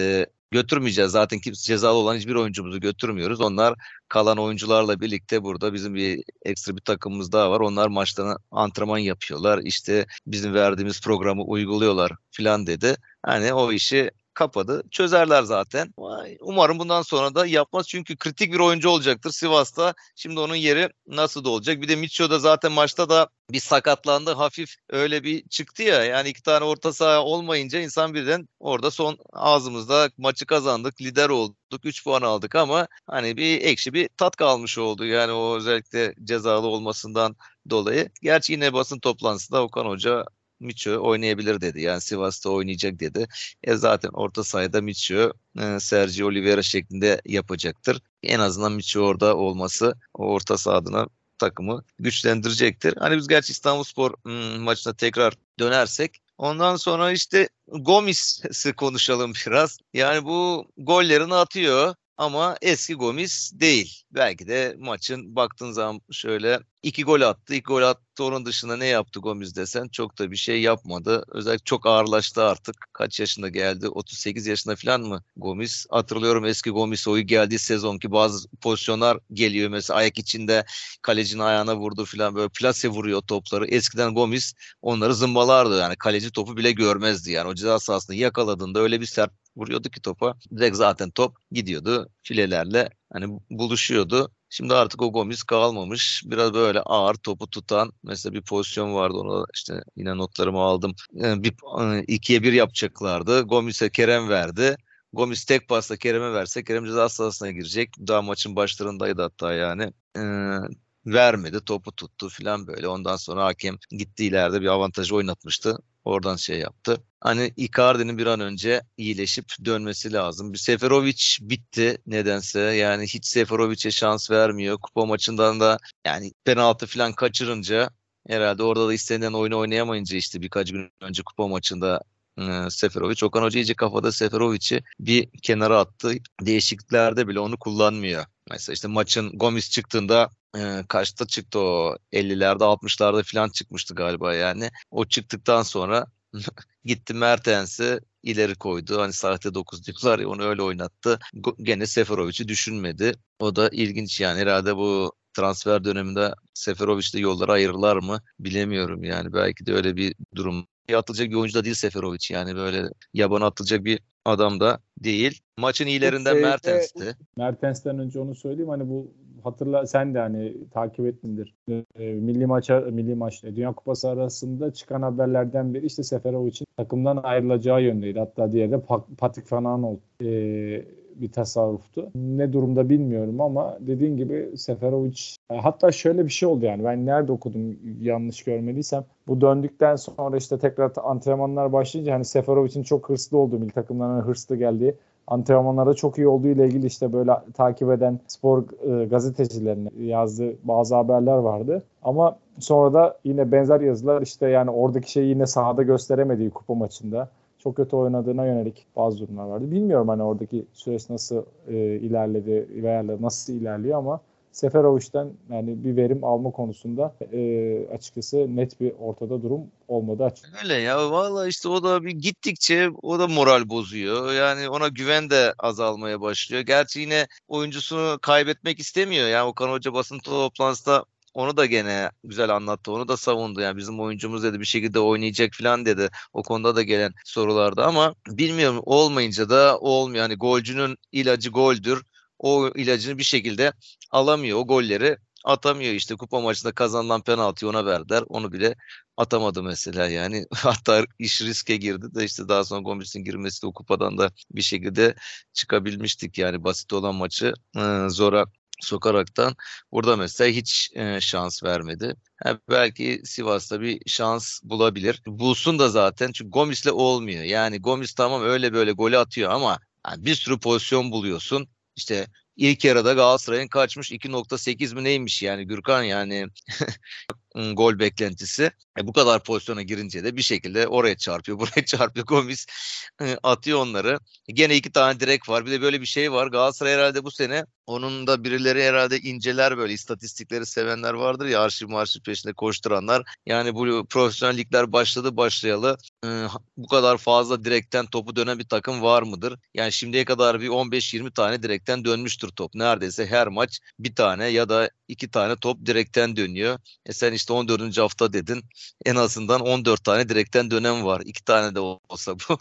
götürmeyeceğiz. Zaten kimse cezalı olan hiçbir oyuncumuzu götürmüyoruz. Onlar kalan oyuncularla birlikte burada bizim bir ekstra bir takımımız daha var. Onlar maçtan antrenman yapıyorlar. İşte bizim verdiğimiz programı uyguluyorlar filan dedi. Hani o işi kapadı. Çözerler zaten. Umarım bundan sonra da yapmaz. Çünkü kritik bir oyuncu olacaktır Sivas'ta. Şimdi onun yeri nasıl da olacak? Bir de Mitcho da zaten maçta da bir sakatlandı. Hafif öyle bir çıktı ya. Yani iki tane orta saha olmayınca insan birden orada son ağzımızda maçı kazandık. Lider olduk. üç puan aldık ama hani bir ekşi bir tat kalmış oldu. Yani o özellikle cezalı olmasından dolayı. Gerçi yine basın toplantısında Okan Hoca Mitcho oynayabilir dedi. Yani Sivas'ta oynayacak dedi. E zaten orta sahada Mitcho, e, Sergio Oliveira şeklinde yapacaktır. En azından Mitcho orada olması o orta sahadına takımı güçlendirecektir. Hani biz gerçi İstanbulspor hmm, maçına tekrar dönersek ondan sonra işte Gomis'i konuşalım biraz. Yani bu gollerini atıyor ama eski Gomis değil. Belki de maçın baktığın zaman şöyle iki gol attı. İlk gol attı, onun dışında ne yaptı Gomis desen çok da bir şey yapmadı. Özellikle çok ağırlaştı artık. Kaç yaşında geldi? otuz sekiz yaşında falan mı Gomis? Hatırlıyorum eski Gomis oyu geldiği sezonki bazı pozisyonlar geliyor. Mesela ayak içinde kalecinin ayağına vurdu falan, böyle plase vuruyor topları. Eskiden Gomis onları zımbalardı. Yani kaleci topu bile görmezdi. Yani o ceza sahasını yakaladığında öyle bir sert vuruyordu ki topa. Direkt zaten top gidiyordu filelerle, hani buluşuyordu. Şimdi artık o Gomis kalmamış. Biraz böyle ağır topu tutan mesela bir pozisyon vardı. Onu işte yine notlarımı aldım. Yani bir, ikiye bir yapacaklardı. Gomis'e Kerem verdi. Gomis tek pasla Kerem'e verse Kerem ceza sahasına girecek. Daha maçın başlarındaydı hatta yani. Ee, vermedi. Topu tuttu falan böyle. Ondan sonra hakem gitti, ileride bir avantajı oynatmıştı. Oradan şey yaptı. Hani Icardi'nin bir an önce iyileşip dönmesi lazım. Bir Seferovic bitti nedense. Yani hiç Seferovic'e şans vermiyor. Kupa maçından da yani penaltı falan kaçırınca herhalde orada da istenilen oyunu oynayamayınca işte birkaç gün önce kupa maçında e, Seferovic, Okan Hoca iyice kafada Seferovic'i bir kenara attı. Değişikliklerde bile onu kullanmıyor. Mesela işte maçın Gomis çıktığında e, kaçta çıktı o? ellilerde altmışlarda falan çıkmıştı galiba yani. O çıktıktan sonra gitti Mertens'i ileri koydu. Hani sahte dokuz diyorlar ya, onu öyle oynattı. Go- Gene Seferovic'i düşünmedi. O da ilginç yani, herhalde bu transfer döneminde Seferovic'le yolları ayırırlar mı bilemiyorum yani. Belki de öyle bir durum. Atılacak bir oyuncu da değil Seferovic, yani böyle yabana atılacak bir adam da değil. Maçın Bu iyilerinden şeyde Mertens'ti. Mertens'ten önce onu söyleyeyim, hani bu hatırla, sen de hani takip ettindir. E, milli maça milli maç e, Dünya Kupası arasında çıkan haberlerden biri işte Seferovic'in takımdan ayrılacağı yönündeydi. Hatta diğeri de Pa- Patrik Van Aanholt e, bir tasarruftu. Ne durumda bilmiyorum ama dediğin gibi Seferovic, e, hatta şöyle bir şey oldu, yani ben nerede okudum yanlış görmediysem, bu döndükten sonra işte tekrar antrenmanlar başlayınca hani Seferovic'in çok hırslı olduğu, milli takımlarına hırslı geldiği, antrenmanlarda çok iyi olduğu ile ilgili işte böyle takip eden spor e, gazetecilerinin yazdığı bazı haberler vardı. Ama sonra da yine benzer yazılar, işte yani oradaki şeyi yine sahada gösteremediği kupa maçında çok kötü oynadığına yönelik bazı durumlar vardı. Bilmiyorum hani oradaki süreç nasıl e, ilerledi veya nasıl ilerliyor ama Seferovic'den yani bir verim alma konusunda e, açıkçası net bir ortada durum olmadı açık. Öyle ya, valla işte o da bir gittikçe o da moral bozuyor. Yani ona güven de azalmaya başlıyor. Gerçi yine oyuncusunu kaybetmek istemiyor. Yani Okan Hoca basın toplantısında onu da gene güzel anlattı. Onu da savundu. Yani bizim oyuncumuz dedi bir şekilde oynayacak falan dedi. O konuda da gelen sorularda ama bilmiyorum, olmayınca da olmuyor. Hani golcünün ilacı goldür. O ilacını bir şekilde alamıyor. O golleri atamıyor işte. Kupa maçında kazanılan penaltıyı ona verdiler. Onu bile atamadı mesela yani. Hatta iş riske girdi de işte daha sonra Gomis'in girmesiyle o kupadan da bir şekilde çıkabilmiştik. Yani basit olan maçı e, zora sokaraktan. Burada mesela hiç e, şans vermedi. Ha, belki Sivas'ta bir şans bulabilir. Bulsun da zaten, çünkü Gomis'le olmuyor. Yani Gomis tamam öyle böyle golü atıyor ama yani bir sürü pozisyon buluyorsun. İşte ilk yarıda Galatasaray'ın kaçmış iki nokta sekiz mi neymiş yani Gürkan, yani ım, gol beklentisi. E, bu kadar pozisyona girince de bir şekilde oraya çarpıyor, buraya çarpıyor. Gomis e, atıyor onları. Gene iki tane direk var. Bir de böyle bir şey var. Galatasaray herhalde bu sene, onun da birileri herhalde inceler, böyle istatistikleri sevenler vardır ya, arşiv marşiv peşinde koşturanlar. Yani bu profesyonel ligler başladı başlayalı e, bu kadar fazla direkten topu dönen bir takım var mıdır? Yani şimdiye kadar bir on beş yirmi tane direkten dönmüştür top. Neredeyse her maç bir tane ya da iki tane top direkten dönüyor. E sen işte on dördüncü hafta dedin. En azından on dört tane direkten dönem var. İki tane de olsa bu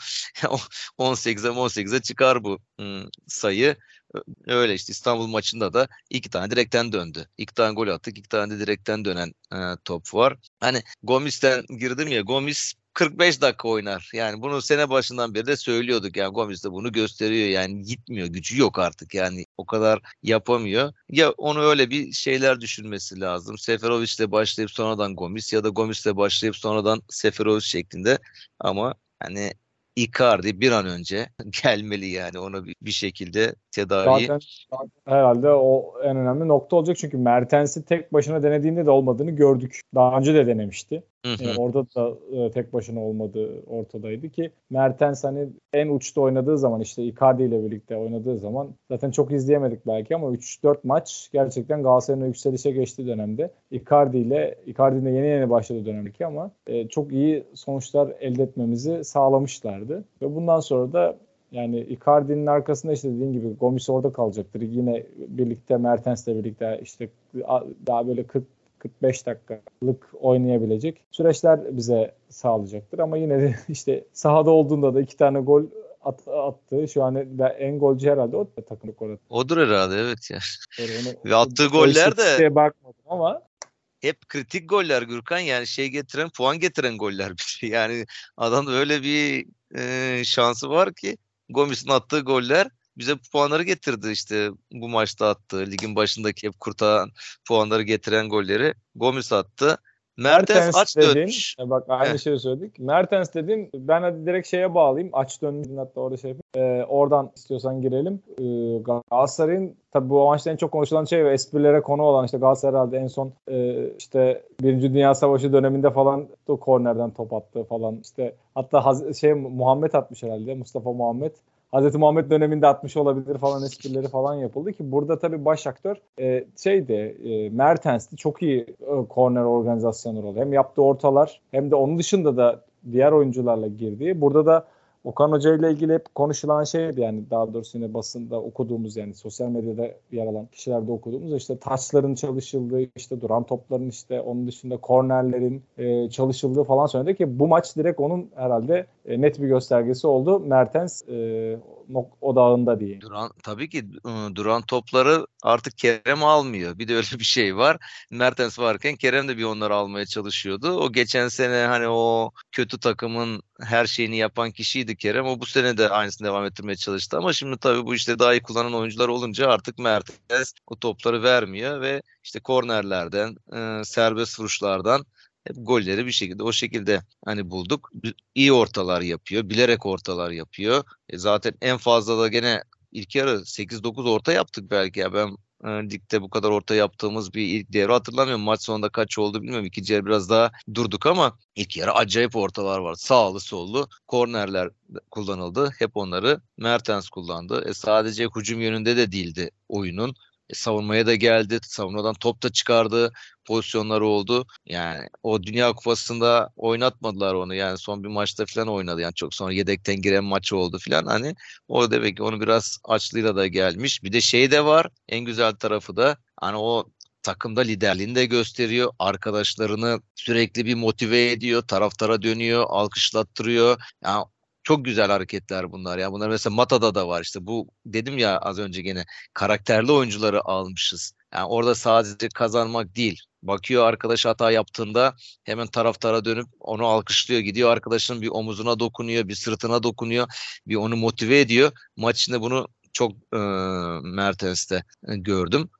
on sekize on sekize çıkar bu hmm, sayı. Öyle işte İstanbul maçında da iki tane direkten döndü. İki tane gol attık, iki tane de direkten dönen e, top var. Hani Gomis'ten girdim ya, Gomis kırk beş dakika oynar. Yani bunu sene başından beri de söylüyorduk. Yani Gomis de bunu gösteriyor. Yani gitmiyor, gücü yok artık. Yani o kadar yapamıyor. Ya onu öyle bir şeyler düşünmesi lazım. Seferovic'le başlayıp sonradan Gomis, ya da Gomis'le başlayıp sonradan Seferovic şeklinde. Ama hani Icardi bir an önce gelmeli, yani ona bir, bir şekilde tedavi. Zaten, zaten herhalde o en önemli nokta olacak. Çünkü Mertens'i tek başına denediğinde de olmadığını gördük. Daha önce de denemişti. Hı hı. E, orada da e, tek başına olmadığı ortadaydı ki Mertens hani en uçta oynadığı zaman, işte Icardi ile birlikte oynadığı zaman zaten çok izleyemedik belki ama üç dört maç gerçekten Galatasaray'ın yükselişe geçtiği dönemde Icardi ile Icardi'nin de yeni yeni başladığı dönemdeki ama e, çok iyi sonuçlar elde etmemizi sağlamışlardı. Ve bundan sonra da yani Icardi'nin arkasında işte dediğin gibi Gomis orada kalacaktır. Yine birlikte Mertens'le birlikte işte daha böyle kırk kırk beş dakikalık oynayabilecek süreçler bize sağlayacaktır. Ama yine de işte sahada olduğunda da iki tane gol at, attı. Şu an en golcü herhalde o takımda gol attı. Odur herhalde, evet ya. Onu, Ve attığı o goller de bakmadım ama hep kritik goller Gürkan, yani şey getiren, puan getiren goller bir şey. Yani adamda öyle bir e, şansı var ki Gomis'in attığı goller bize puanları getirdi, işte bu maçta attığı, ligin başındaki hep kurtaran, puanları getiren golleri Gomis attı. Mertens Mertens aç dedin. dönmüş. E bak aynı Heh. şeyi söyledik. Mertens dedin. Ben hadi direkt şeye bağlayayım. Aç döndün, hatta orada şey yapayım. Ee, oradan istiyorsan girelim. Ee, Galatasaray'ın tabii bu maçta en çok konuşulan şey ve esprilere konu olan, işte Galatasaray herhalde en son e, işte Birinci Dünya Savaşı döneminde falan da kornerden top attı falan. İşte hatta Haz- şey Muhammed atmış herhalde. Mustafa Muhammed. Hazreti Muhammed döneminde atmış olabilir falan esprileri falan yapıldı ki burada tabii baş aktör e, şeydi e, Mertens'ti. Çok iyi e, korner organizasyonları oldu. Hem yaptığı ortalar hem de onun dışında da diğer oyuncularla girdiği. Burada da Okan Hoca ile ilgili hep konuşulan şeydi, yani daha doğrusu yine basında okuduğumuz, yani sosyal medyada yer alan kişilerde okuduğumuz, işte taçların çalışıldığı, işte duran topların, işte onun dışında kornerlerin e, çalışıldığı falan söyledi ki bu maç direkt onun herhalde e, net bir göstergesi oldu. Mertens e, odağında diye. Duran, tabii ki ıı, duran topları artık Kerem almıyor. Bir de öyle bir şey var. Mertens varken Kerem de bir onları almaya çalışıyordu. O geçen sene hani o kötü takımın her şeyini yapan kişiydi Kerem. O bu sene de aynısını devam ettirmeye çalıştı. Ama şimdi tabii bu işte daha iyi kullanan oyuncular olunca artık Mertens o topları vermiyor ve işte kornerlerden, ıı, serbest vuruşlardan hep golleri bir şekilde o şekilde hani bulduk. İyi ortalar yapıyor. Bilerek ortalar yapıyor. E zaten en fazla da gene ilk yarı sekiz dokuz orta yaptık belki ya. Ben e, ligde bu kadar orta yaptığımız bir ilk devre hatırlamıyorum. Maç sonunda kaç oldu bilmiyorum. İkinci yarı biraz daha durduk ama ilk yarı acayip ortalar var. Sağlı sollu kornerler kullanıldı. Hep onları Mertens kullandı. E sadece hücum yönünde de değildi oyunun. E, savunmaya da geldi. Savunmadan top da çıkardı. Pozisyonları oldu. Yani o Dünya Kupası'nda oynatmadılar onu. Yani son bir maçta falan oynadı. Yani çok sonra yedekten giren maçı oldu falan. Hani o demek ki onu biraz açlığıyla da gelmiş. Bir de şey de var. En güzel tarafı da hani o takımda liderliğini de gösteriyor. Arkadaşlarını sürekli bir motive ediyor. Taraftara dönüyor. Alkışlattırıyor. Yani çok güzel hareketler bunlar. Ya bunlar mesela Mata'da da var, işte bu dedim ya az önce, gene karakterli oyuncuları almışız. Yani orada sadece kazanmak değil. Bakıyor arkadaş hata yaptığında hemen taraftara dönüp onu alkışlıyor. Gidiyor arkadaşının bir omuzuna dokunuyor, bir sırtına dokunuyor, bir onu motive ediyor. Maç içinde bunu çok e, Mertens'te e, gördüm.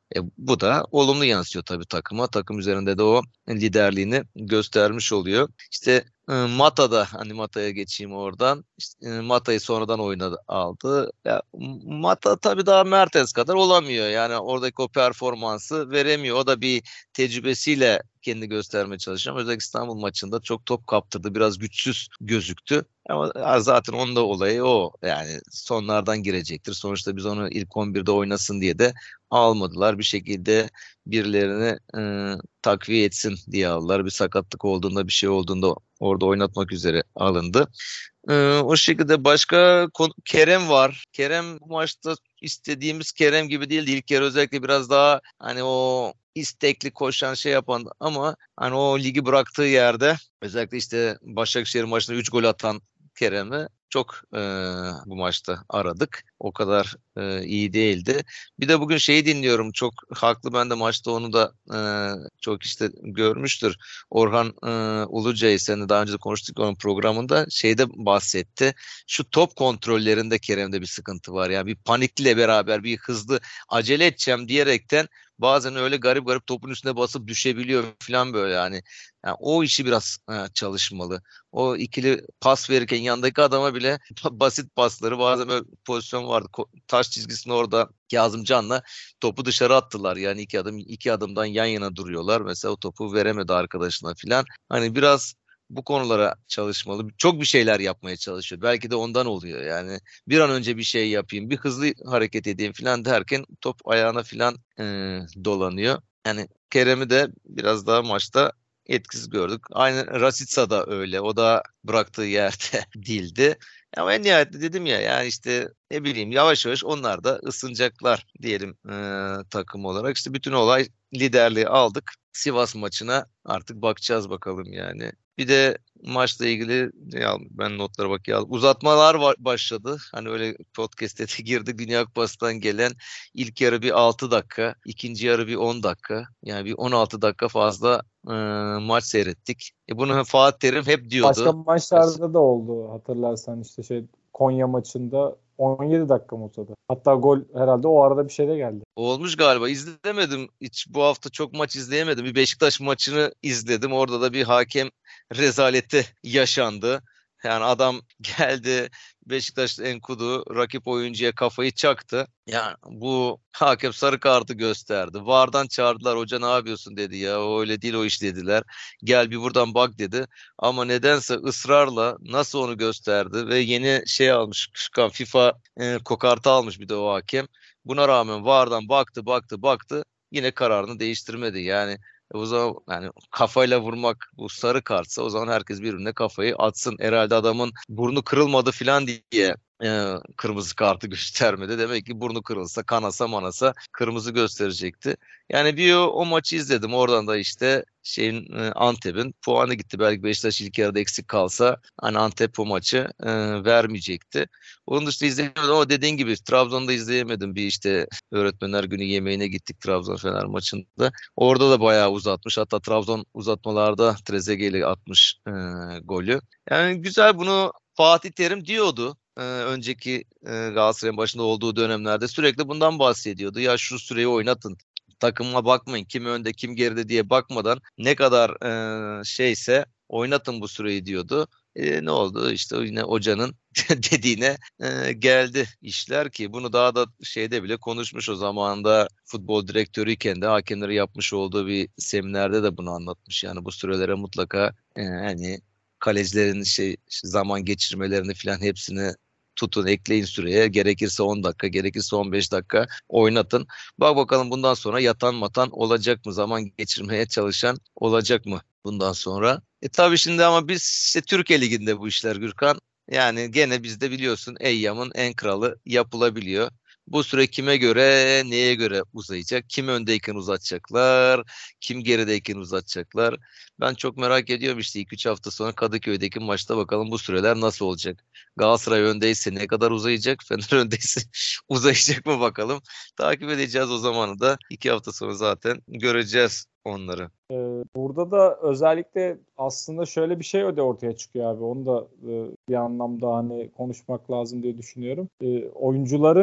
E, bu da olumlu yansıyor tabii takıma. Takım üzerinde de o liderliğini göstermiş oluyor. İşte e, Mata'da, hani Mata'ya geçeyim oradan. İşte, e, Mata'yı sonradan oynadı, aldı. Ya, Mata tabii daha Mertens kadar olamıyor. Yani oradaki o performansı veremiyor. O da bir tecrübesiyle kendi göstermeye çalışıyor. Özellikle İstanbul maçında çok top kaptırdı. Biraz güçsüz gözüktü. Ama zaten onun da olayı o. Yani sonlardan girecektir. Sonuçta biz onu ilk on birde oynasın diye de almadılar. Bir şekilde birilerini e, takviye etsin diye aldılar. Bir sakatlık olduğunda, bir şey olduğunda orada oynatmak üzere alındı. E, o şekilde başka konu- Kerem var. Kerem bu maçta istediğimiz Kerem gibi değildi. İlk yarı özellikle biraz daha hani o istekli koşan şey yapan ama hani o ligi bıraktığı yerde özellikle işte Başakşehir maçında üç gol atan Kerem'i çok e, bu maçta aradık. O kadar e, iyi değildi. Bir de bugün şeyi dinliyorum. Çok haklı, ben de maçta onu da e, çok işte görmüştür. Orhan e, Ulucay, seninle daha önce de konuştuk onun programında, şeyde bahsetti. Şu top kontrollerinde Kerem'de bir sıkıntı var. Yani bir panikle beraber bir hızlı acele edeceğim diyerekten bazen öyle garip garip topun üstüne basıp düşebiliyor falan böyle yani. Yani o işi biraz e, çalışmalı. O ikili pas verirken yanındaki adama bile basit pasları, bazen böyle pozisyon vardı. Ko- Taş çizgisinin orada Kazım Can'la topu dışarı attılar. Yani iki adım iki adımdan yan yana duruyorlar. Mesela o topu veremedi arkadaşına filan. Hani biraz bu konulara çalışmalı. Çok bir şeyler yapmaya çalışıyor. Belki de ondan oluyor. Yani bir an önce bir şey yapayım, bir hızlı hareket edeyim filan derken top ayağına filan e, dolanıyor. Yani Kerem'i de biraz daha maçta etkisiz gördük. Aynı Rashica da öyle. O da bıraktığı yerde değildi. Ama en nihayetinde dedim ya, yani işte ne bileyim, yavaş yavaş onlar da ısınacaklar diyelim e, takım olarak. İşte bütün olay, liderliği aldık. Sivas maçına artık bakacağız bakalım yani. Bir de maçla ilgili ya ben notlara bak ya, uzatmalar var, başladı. Hani öyle podcast'e de girdik. Dünya Kupası'ndan gelen ilk yarı bir altı dakika, ikinci yarı bir on dakika. Yani bir on altı dakika fazla e, maç seyrettik. E bunu Fatih Terim hep Başka diyordu. maçlarda da oldu, hatırlarsan işte şey Konya maçında on yedi dakika mı uzadı? Hatta gol herhalde o arada bir şey de geldi. Olmuş galiba. İzlemedim. Hiç bu hafta çok maç izleyemedim. Bir Beşiktaş maçını izledim. Orada da bir hakem rezaleti yaşandı. Yani adam geldi, Beşiktaş Enkudu rakip oyuncuya kafayı çaktı. Yani bu hakem sarı kartı gösterdi. VAR'dan çağırdılar. Hoca ne yapıyorsun dedi ya. O öyle değil o iş dediler. Gel bir buradan bak dedi. Ama nedense ısrarla nasıl onu gösterdi ve yeni şey almış. Çıkan FIFA e, kokartı almış bir de o hakem. Buna rağmen VAR'dan baktı baktı baktı, yine kararını değiştirmedi. Yani e, o zaman yani kafayla vurmak bu sarı kartsa, o zaman herkes birbirine kafayı atsın. Herhalde adamın burnu kırılmadı falan diye e, kırmızı kartı göstermedi. Demek ki burnu kırılsa, kanasa manasa kırmızı gösterecekti. Yani bir o, o maçı izledim. Oradan da işte şeyin e, Antep'in puanı gitti. Belki Beşiktaş ilk yarıda eksik kalsa hani Antep bu maçı e, vermeyecekti. Onun dışında izleyemedim ama dediğin gibi Trabzon'da izleyemedim. Bir işte Öğretmenler Günü yemeğine gittik Trabzon Fener maçında. Orada da bayağı uzatmış. Hatta Trabzon uzatmalarda Trezeguet ile atmış e, golü. Yani güzel, bunu Fatih Terim diyordu. E, önceki e, Galatasaray'ın başında olduğu dönemlerde sürekli bundan bahsediyordu. Ya şu süreyi oynatın. Takıma bakmayın, kim önde kim geride diye bakmadan ne kadar e, şeyse oynatın bu süreyi diyordu. E, ne oldu? İşte yine hocanın dediğine e, geldi işler, ki bunu daha da şeyde bile konuşmuş, o zamanında futbol direktörüyken de hakemleri yapmış olduğu bir seminerde de bunu anlatmış. Yani bu sürelere mutlaka e, hani kalecilerin şey zaman geçirmelerini falan hepsini tutun, ekleyin süreye. Gerekirse on dakika, gerekirse on beş dakika oynatın. Bak bakalım bundan sonra yatan matan olacak mı? Zaman geçirmeye çalışan olacak mı bundan sonra? E tabii şimdi ama biz işte Türkiye Ligi'nde bu işler Gürkan. Yani gene bizde biliyorsun Eyyam'ın en kralı yapılabiliyor. Bu süre kime göre, neye göre uzayacak? Kim öndeyken uzatacaklar, kim gerideyken uzatacaklar. Ben çok merak ediyorum işte iki üç hafta sonra Kadıköy'deki maçta bakalım bu süreler nasıl olacak? Galatasaray öndeyse ne kadar uzayacak? Fener öndeyse uzayacak mı bakalım? Takip edeceğiz o zamanı da. iki hafta sonra zaten göreceğiz onları. Burada da özellikle aslında şöyle bir şey de ortaya çıkıyor abi. Onu da e, bir anlamda hani konuşmak lazım diye düşünüyorum. E, oyuncuların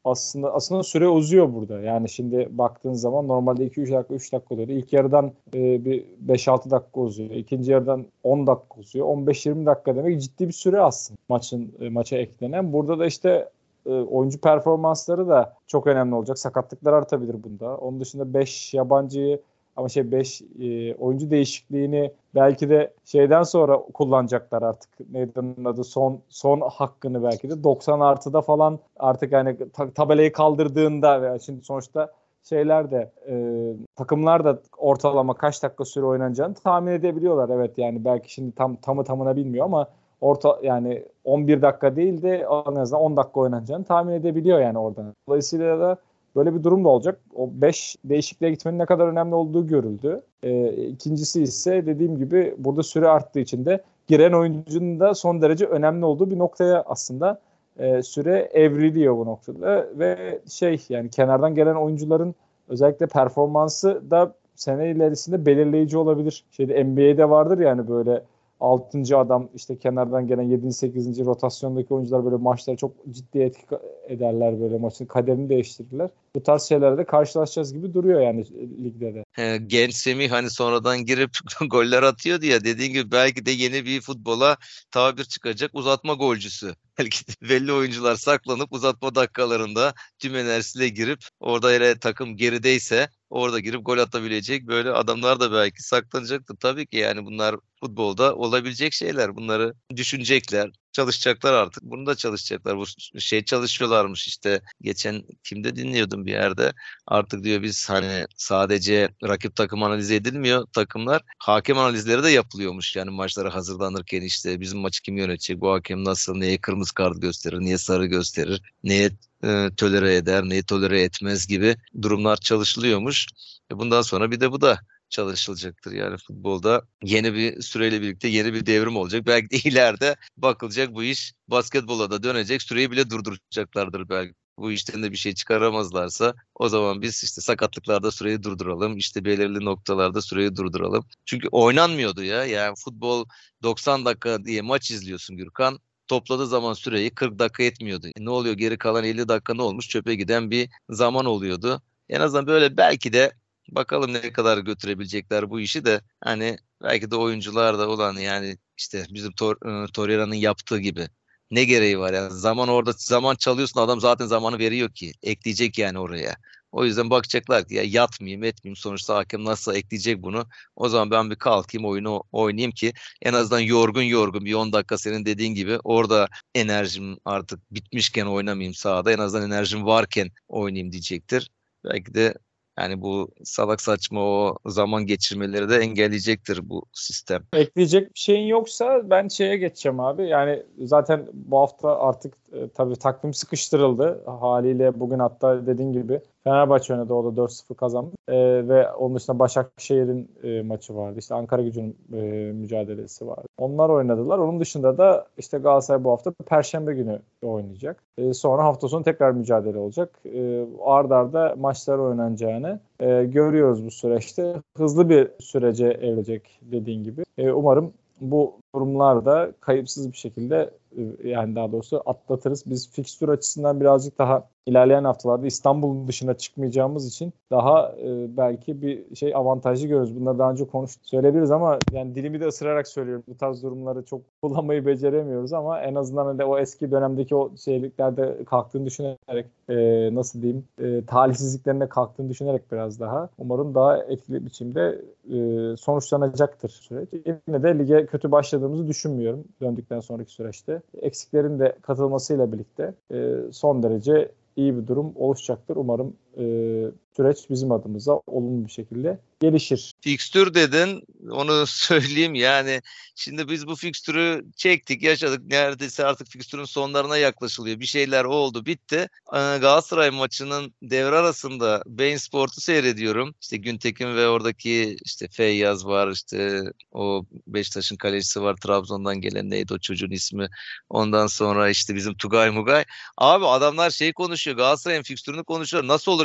aslında aslında süre uzuyor burada. Yani şimdi baktığın zaman normalde iki üç dakika üç dakika oluyor. İlk yarıdan e, bir beş altı dakika uzuyor. İkinci yarıdan on dakika uzuyor. on beş yirmi dakika demek ciddi bir süre aslında maçın e, maça eklenen. Burada da işte e, oyuncu performansları da çok önemli olacak. Sakatlıklar artabilir bunda. Onun dışında beş yabancıyı ama şey beş e, oyuncu değişikliğini belki de şeyden sonra kullanacaklar artık. Neydi onun adı? Son son hakkını belki de doksan artıda falan artık yani ta- tabelayı kaldırdığında veya şimdi sonuçta şeyler de e, takımlar da ortalama kaç dakika süre oynanacağını tahmin edebiliyorlar. Evet yani belki şimdi tam tamı tamına bilmiyor ama orta yani on bir dakika değil de en azından on dakika oynanacağını tahmin edebiliyor yani oradan. Dolayısıyla da böyle bir durum da olacak. O beş değişikliğe gitmenin ne kadar önemli olduğu görüldü. E, ikincisi ise dediğim gibi burada süre arttığı için de giren oyuncunun da son derece önemli olduğu bir noktaya aslında e, süre evriliyor bu noktada. Ve şey yani kenardan gelen oyuncuların özellikle performansı da sene ilerisinde belirleyici olabilir. Şeyde N B A'de vardır yani böyle altıncı adam işte kenardan gelen yedinci sekizinci rotasyondaki oyuncular böyle maçlara çok ciddi etki ederler, böyle maçın kaderini değiştirirler. Bu tarz şeylerle de karşılaşacağız gibi duruyor yani ligde de. He, genç Semih hani sonradan girip goller atıyordu ya, dediğin gibi belki de yeni bir futbola tabir çıkacak uzatma golcüsü. Belki de belli oyuncular saklanıp uzatma dakikalarında tüm enerjisiyle girip orada hele takım gerideyse orada girip gol atabilecek böyle adamlar da belki saklanacaktır. Tabii ki yani bunlar futbolda olabilecek şeyler. Bunları düşünecekler, çalışacaklar artık. Bunu da çalışacaklar. Bu şey çalışıyorlarmış işte. Geçen kimde dinliyordum bir yerde. Artık diyor biz hani sadece rakip takım analizi edilmiyor takımlar. Hakem analizleri de yapılıyormuş. Yani maçlara hazırlanırken işte bizim maçı kim yönetecek, bu hakem nasıl, neye kırmızı kart gösterir, niye sarı gösterir, neye e, tolere eder, neyi tolere etmez gibi durumlar çalışılıyormuş. E bundan sonra bir de bu da çalışılacaktır. Yani futbolda yeni bir süreyle birlikte yeni bir devrim olacak. Belki de ileride bakılacak bu iş basketbola da dönecek. Süreyi bile durduracaklardır belki. Bu işten de bir şey çıkaramazlarsa o zaman biz işte sakatlıklarda süreyi durduralım. İşte belirli noktalarda süreyi durduralım. Çünkü oynanmıyordu ya. Yani futbol doksan dakika diye maç izliyorsun Gürkan. Topladığı zaman süreyi kırk dakika etmiyordu. E ne oluyor? Geri kalan elli dakika ne olmuş? Çöpe giden bir zaman oluyordu. En azından böyle belki de bakalım ne kadar götürebilecekler bu işi de hani belki de oyuncular da olan yani işte bizim Tor e, Torreira'nın yaptığı gibi ne gereği var yani zaman orada zaman çalıyorsun adam zaten zamanı veriyor ki ekleyecek yani oraya. O yüzden bakacaklar ki ya yatmayayım etmeyeyim sonuçta hakem nasıl ekleyecek bunu. O zaman ben bir kalkayım oyunu oynayayım ki en azından yorgun yorgun bir on dakika senin dediğin gibi orada enerjim artık bitmişken oynamayayım sahada en azından enerjim varken oynayayım diyecektir. Belki de yani bu salak saçma o zaman geçirmeleri de engelleyecektir bu sistem. Ekleyecek bir şeyin yoksa ben şeye geçeceğim abi. Yani zaten bu hafta artık e, tabii takvim sıkıştırıldı. Haliyle bugün hatta dediğin gibi Fenerbahçe oynadı. O da dört sıfır kazandı. E, ve onun dışında Başakşehir'in e, maçı vardı. İşte Ankaragücü'nün e, mücadelesi vardı. Onlar oynadılar. Onun dışında da işte Galatasaray bu hafta Perşembe günü oynayacak. E, sonra hafta sonu tekrar mücadele olacak. E, arda arda maçlar oynanacağını e, görüyoruz bu süreçte. Hızlı bir sürece evrilecek dediğin gibi. E, umarım bu durumlarda kayıpsız bir şekilde e, yani daha doğrusu atlatırız. Biz fikstür açısından birazcık daha ilerleyen haftalarda İstanbul'un dışına çıkmayacağımız için daha e, belki bir şey avantajlı görürüz. Bunları daha önce konuştuk, söyleyebiliriz ama yani dilimi de ısırarak söylüyorum. Bu tarz durumları çok kullanmayı beceremiyoruz ama en azından hani o eski dönemdeki o şeyliklerde kalktığını düşünerek e, nasıl diyeyim e, talihsizliklerine kalktığını düşünerek biraz daha umarım daha etkili biçimde e, sonuçlanacaktır süreç. Yine de lige kötü başladığımızı düşünmüyorum döndükten sonraki süreçte. Eksiklerin de katılmasıyla birlikte e, son derece iyi bir durum oluşacaktır. Umarım e, süreç bizim adımıza olumlu bir şekilde gelişir. Fikstür dedin, onu söyleyeyim yani şimdi biz bu fikstürü çektik, yaşadık, neredeyse artık fikstürün sonlarına yaklaşılıyor. Bir şeyler oldu, bitti. Ee, Galatasaray maçının devre arasında Bein Sport'u seyrediyorum. İşte Güntekin ve oradaki işte Feyyaz var, işte o Beşiktaş'ın kalecisi var, Trabzon'dan gelen neydi o çocuğun ismi. Ondan sonra işte bizim Tugay Mugay. Abi adamlar şey konuşuyor, Galatasaray'ın fikstürünü konuşuyor. Nasıl olur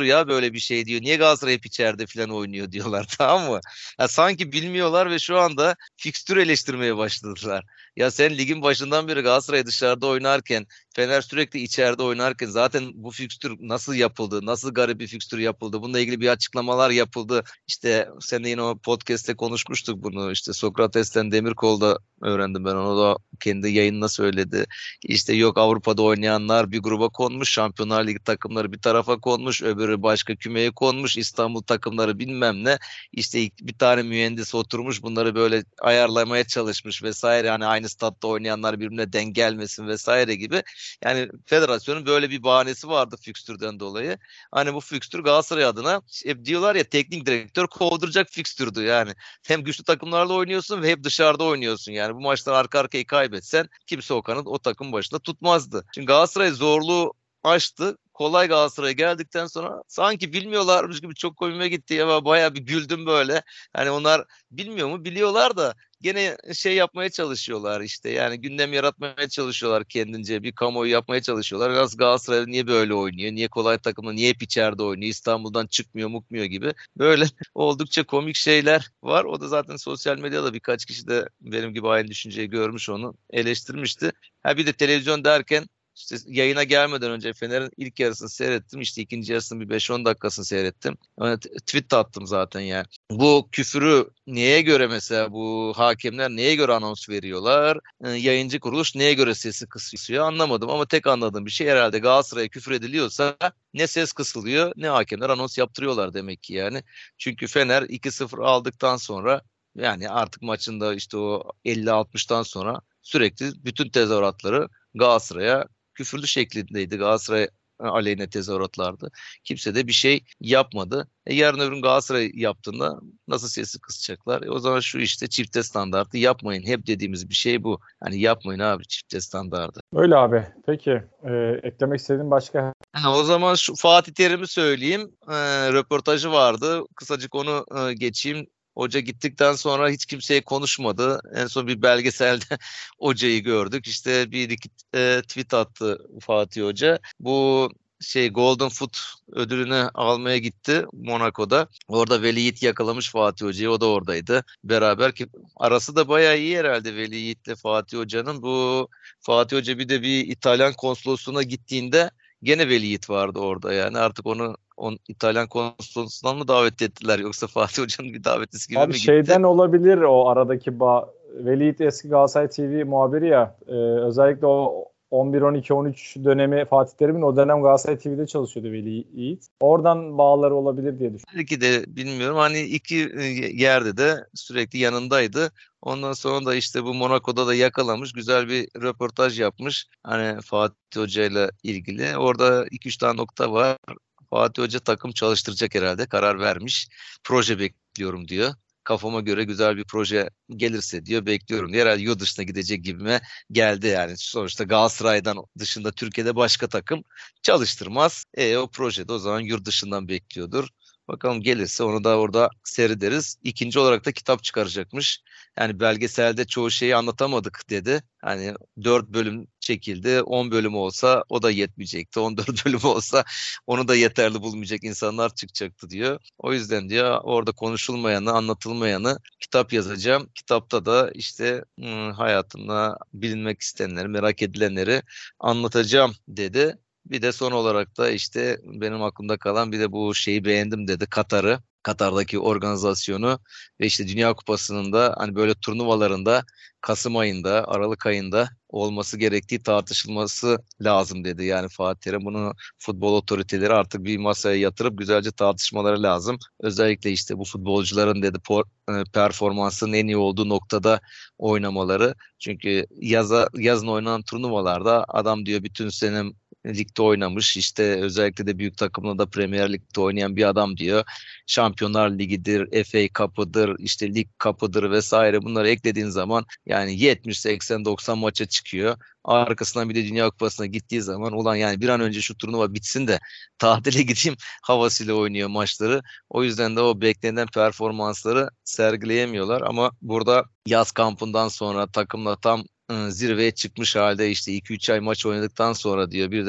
olur ya böyle bir şey diyor. Niye Galatasaray hep içeride falan oynuyor diyorlar, tamam mı? Ya sanki bilmiyorlar ve şu anda fikstür eleştirmeye başladılar. Ya sen ligin başından beri Galatasaray dışarıda oynarken, Fener sürekli içeride oynarken zaten bu fikstür nasıl yapıldı? Nasıl garip bir fikstür yapıldı? Bununla ilgili bir açıklamalar yapıldı. İşte sen de yine o podcast'te konuşmuştuk bunu. İşte Sokrates'ten Demirkol'da öğrendim ben onu, da kendi yayınına söyledi. İşte yok Avrupa'da oynayanlar bir gruba konmuş, Şampiyonlar Ligi takımları bir tarafa konmuş, öbürü başka kümeye konmuş, İstanbul takımları bilmem ne. İşte bir tane mühendis oturmuş bunları böyle ayarlamaya çalışmış vesaire. Yani aynı statta oynayanlar birbirine denk gelmesin vesaire gibi. Yani federasyonun böyle bir bahanesi vardı fikstürden dolayı. Hani bu fikstür Galatasaray adına hep diyorlar ya, teknik direktör kovduracak fikstürdü yani. Hem güçlü takımlarla oynuyorsun ve hep dışarıda oynuyorsun yani. Bu maçları arka arkaya kaybetsen kimse o kanı o takım başında tutmazdı. Şimdi Galatasaray zorluğu aştı. Kolay Galatasaray'a geldikten sonra sanki bilmiyorlarmış gibi çok komiğime gitti ya, bayağı bir güldüm böyle. Hani onlar bilmiyor mu? Biliyorlar da gene şey yapmaya çalışıyorlar işte. Yani gündem yaratmaya çalışıyorlar kendince. Bir kamuoyu yapmaya çalışıyorlar. Biraz Galatasaray niye böyle oynuyor? Niye kolay takımda? Niye hep içeride oynuyor? İstanbul'dan çıkmıyor, mukmuyor gibi. Böyle oldukça komik şeyler var. O da zaten sosyal medyada birkaç kişi de benim gibi aynı düşünceyi görmüş, onu eleştirmişti. Ha bir de televizyon derken İşte yayına gelmeden önce Fener'in ilk yarısını seyrettim. İşte ikinci yarısının bir beş on dakikasını seyrettim. Öyle tweet de attım zaten yani. Bu küfürü neye göre mesela bu hakemler neye göre anons veriyorlar? Ee, yayıncı kuruluş neye göre sesi kısıyor anlamadım. Ama tek anladığım bir şey, herhalde Galatasaray'a küfür ediliyorsa ne ses kısılıyor ne hakemler anons yaptırıyorlar demek ki yani. Çünkü Fener iki sıfır aldıktan sonra, yani artık maçında işte o elli altmıştan sonra sürekli bütün tezahüratları Galatasaray'a küfürlü şeklindeydi. Galatasaray aleyhine tezahüratlardı. Kimse de bir şey yapmadı. E yarın öbür gün Galatasaray yaptığında nasıl sesi kısacaklar? E o zaman şu işte çifte standartı yapmayın. Hep dediğimiz bir şey bu. Hani yapmayın abi çifte standartı. Öyle abi. Peki. E, eklemek istediğin başka? Ha, o zaman şu Fatih Terim'i söyleyeyim. E, röportajı vardı. Kısacık onu e, geçeyim. Hoca gittikten sonra hiç kimseye konuşmadı. En son bir belgeselde hocayı gördük. İşte bir iki e, tweet attı Fatih Hoca. Bu şey Golden Foot ödülünü almaya gitti Monaco'da. Orada Veli Yiğit yakalamış Fatih Hoca'yı. O da oradaydı. Beraber ki arası da bayağı iyi herhalde Veli Yiğit'le Fatih Hoca'nın. Bu Fatih Hoca bir de bir İtalyan konsolosluğuna gittiğinde gene Veli Yiğit vardı orada yani. Artık onu on, İtalyan konsolosluğundan mı davet ettiler yoksa Fatih Hoca'nın bir davetlisi gibi Abi mi gitti? şeyden olabilir o aradaki bağ. Veli Yiğit eski Galatasaray T V muhabiri ya. E, özellikle o on bir on iki on üç dönemi Fatih Terim'in, o dönem Galatasaray T V'de çalışıyordu Veli Yiğit. Oradan bağları olabilir diye düşünüyorum. Belki de bilmiyorum. Hani iki yerde de sürekli yanındaydı. Ondan sonra da işte bu Monaco'da da yakalamış. Güzel bir röportaj yapmış. Hani Fatih Hoca ile ilgili. Orada iki üç tane nokta var. Fatih Hoca takım çalıştıracak herhalde. Karar vermiş. Proje bekliyorum diyor. Kafama göre güzel bir proje gelirse diyor bekliyorum diyor. Herhalde yurt dışına gidecek gibime geldi yani. Sonuçta Galatasaray'dan dışında Türkiye'de başka takım çalıştırmaz. E o projede o zaman yurt dışından bekliyordur. Bakalım gelirse onu da orada seyrederiz. İkinci olarak da kitap çıkaracakmış. Yani belgeselde çoğu şeyi anlatamadık dedi. Hani dört bölüm çekildi. on bölüm olsa o da yetmeyecekti. on dört bölüm olsa onu da yeterli bulmayacak insanlar çıkacaktı diyor. O yüzden diyor orada konuşulmayanı, anlatılmayanı kitap yazacağım. Kitapta da işte hmm, hayatımda bilinmek istenenleri, merak edilenleri anlatacağım dedi. Bir de son olarak da işte benim aklımda kalan bir de bu şeyi beğendim dedi, Katar'ı. Katar'daki organizasyonu ve işte Dünya Kupası'nın da hani böyle turnuvalarında Kasım ayında, Aralık ayında olması gerektiği tartışılması lazım dedi. Yani Fatih Terim bunu futbol otoriteleri artık bir masaya yatırıp güzelce tartışmaları lazım. Özellikle işte bu futbolcuların dedi performansının en iyi olduğu noktada oynamaları. Çünkü yaza, yazın oynanan turnuvalarda adam diyor bütün sene ligde oynamış, işte özellikle de büyük takımla da Premier Lig'de oynayan bir adam diyor. Şampiyonlar Ligi'dir, F A Cup'ıdır, işte Lig Cup'ıdır vesaire, bunları eklediğin zaman yani yetmiş seksen doksan maça çıkıyor. Arkasından bir de Dünya Kupası'na gittiği zaman ulan yani bir an önce şu turnuva bitsin de tatile gideyim havasıyla oynuyor maçları. O yüzden de o beklenen performansları sergileyemiyorlar ama burada yaz kampından sonra takımla tam zirveye çıkmış halde işte iki üç ay maç oynadıktan sonra diyor birden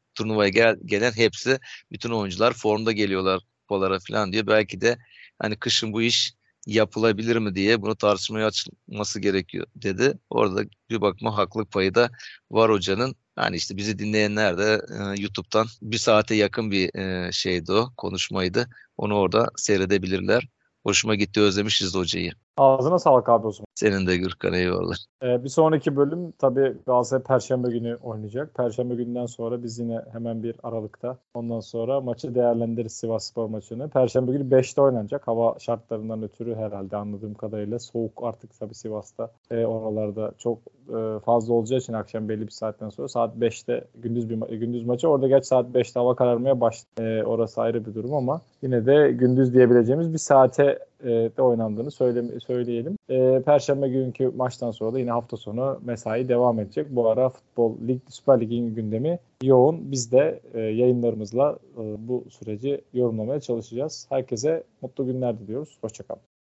turnuvaya gel, gelen hepsi, bütün oyuncular formda geliyorlar kupalara falan diyor. Belki de hani kışın bu iş yapılabilir mi diye bunu tartışmaya açılması gerekiyor dedi. Orada bir bakma haklılık payı da var hocanın. Yani işte bizi dinleyenler de e, YouTube'dan bir saate yakın bir e, şeydi o, konuşmaydı. Onu orada seyredebilirler. Hoşuma gitti, özlemişiz hocayı. Ağzına sağlık abi o zaman. Senin de Gürkan, eyvallah. Ee, bir sonraki bölüm tabii Galatasaray Perşembe günü oynayacak. Perşembe günden sonra biz yine hemen bir Aralık'ta ondan sonra maçı değerlendiririz, Sivasspor maçını. Perşembe günü beşte oynanacak. Hava şartlarından ötürü herhalde anladığım kadarıyla soğuk artık tabii Sivas'ta. E, oralarda çok e, fazla olacağı için akşam belli bir saatten sonra saat beşte gündüz bir ma- gündüz maçı. Orada geç saat beşte hava kararmaya başladı. E, orası ayrı bir durum ama yine de gündüz diyebileceğimiz bir saate e, de oynandığını söyle, söyleyelim. E, Perşembe günkü maçtan sonra da yine hafta sonu mesai devam edecek. Bu ara futbol lig, Süper Lig'in gündemi yoğun. Biz de e, yayınlarımızla e, bu süreci yorumlamaya çalışacağız. Herkese mutlu günler diliyoruz. Hoşça kalın.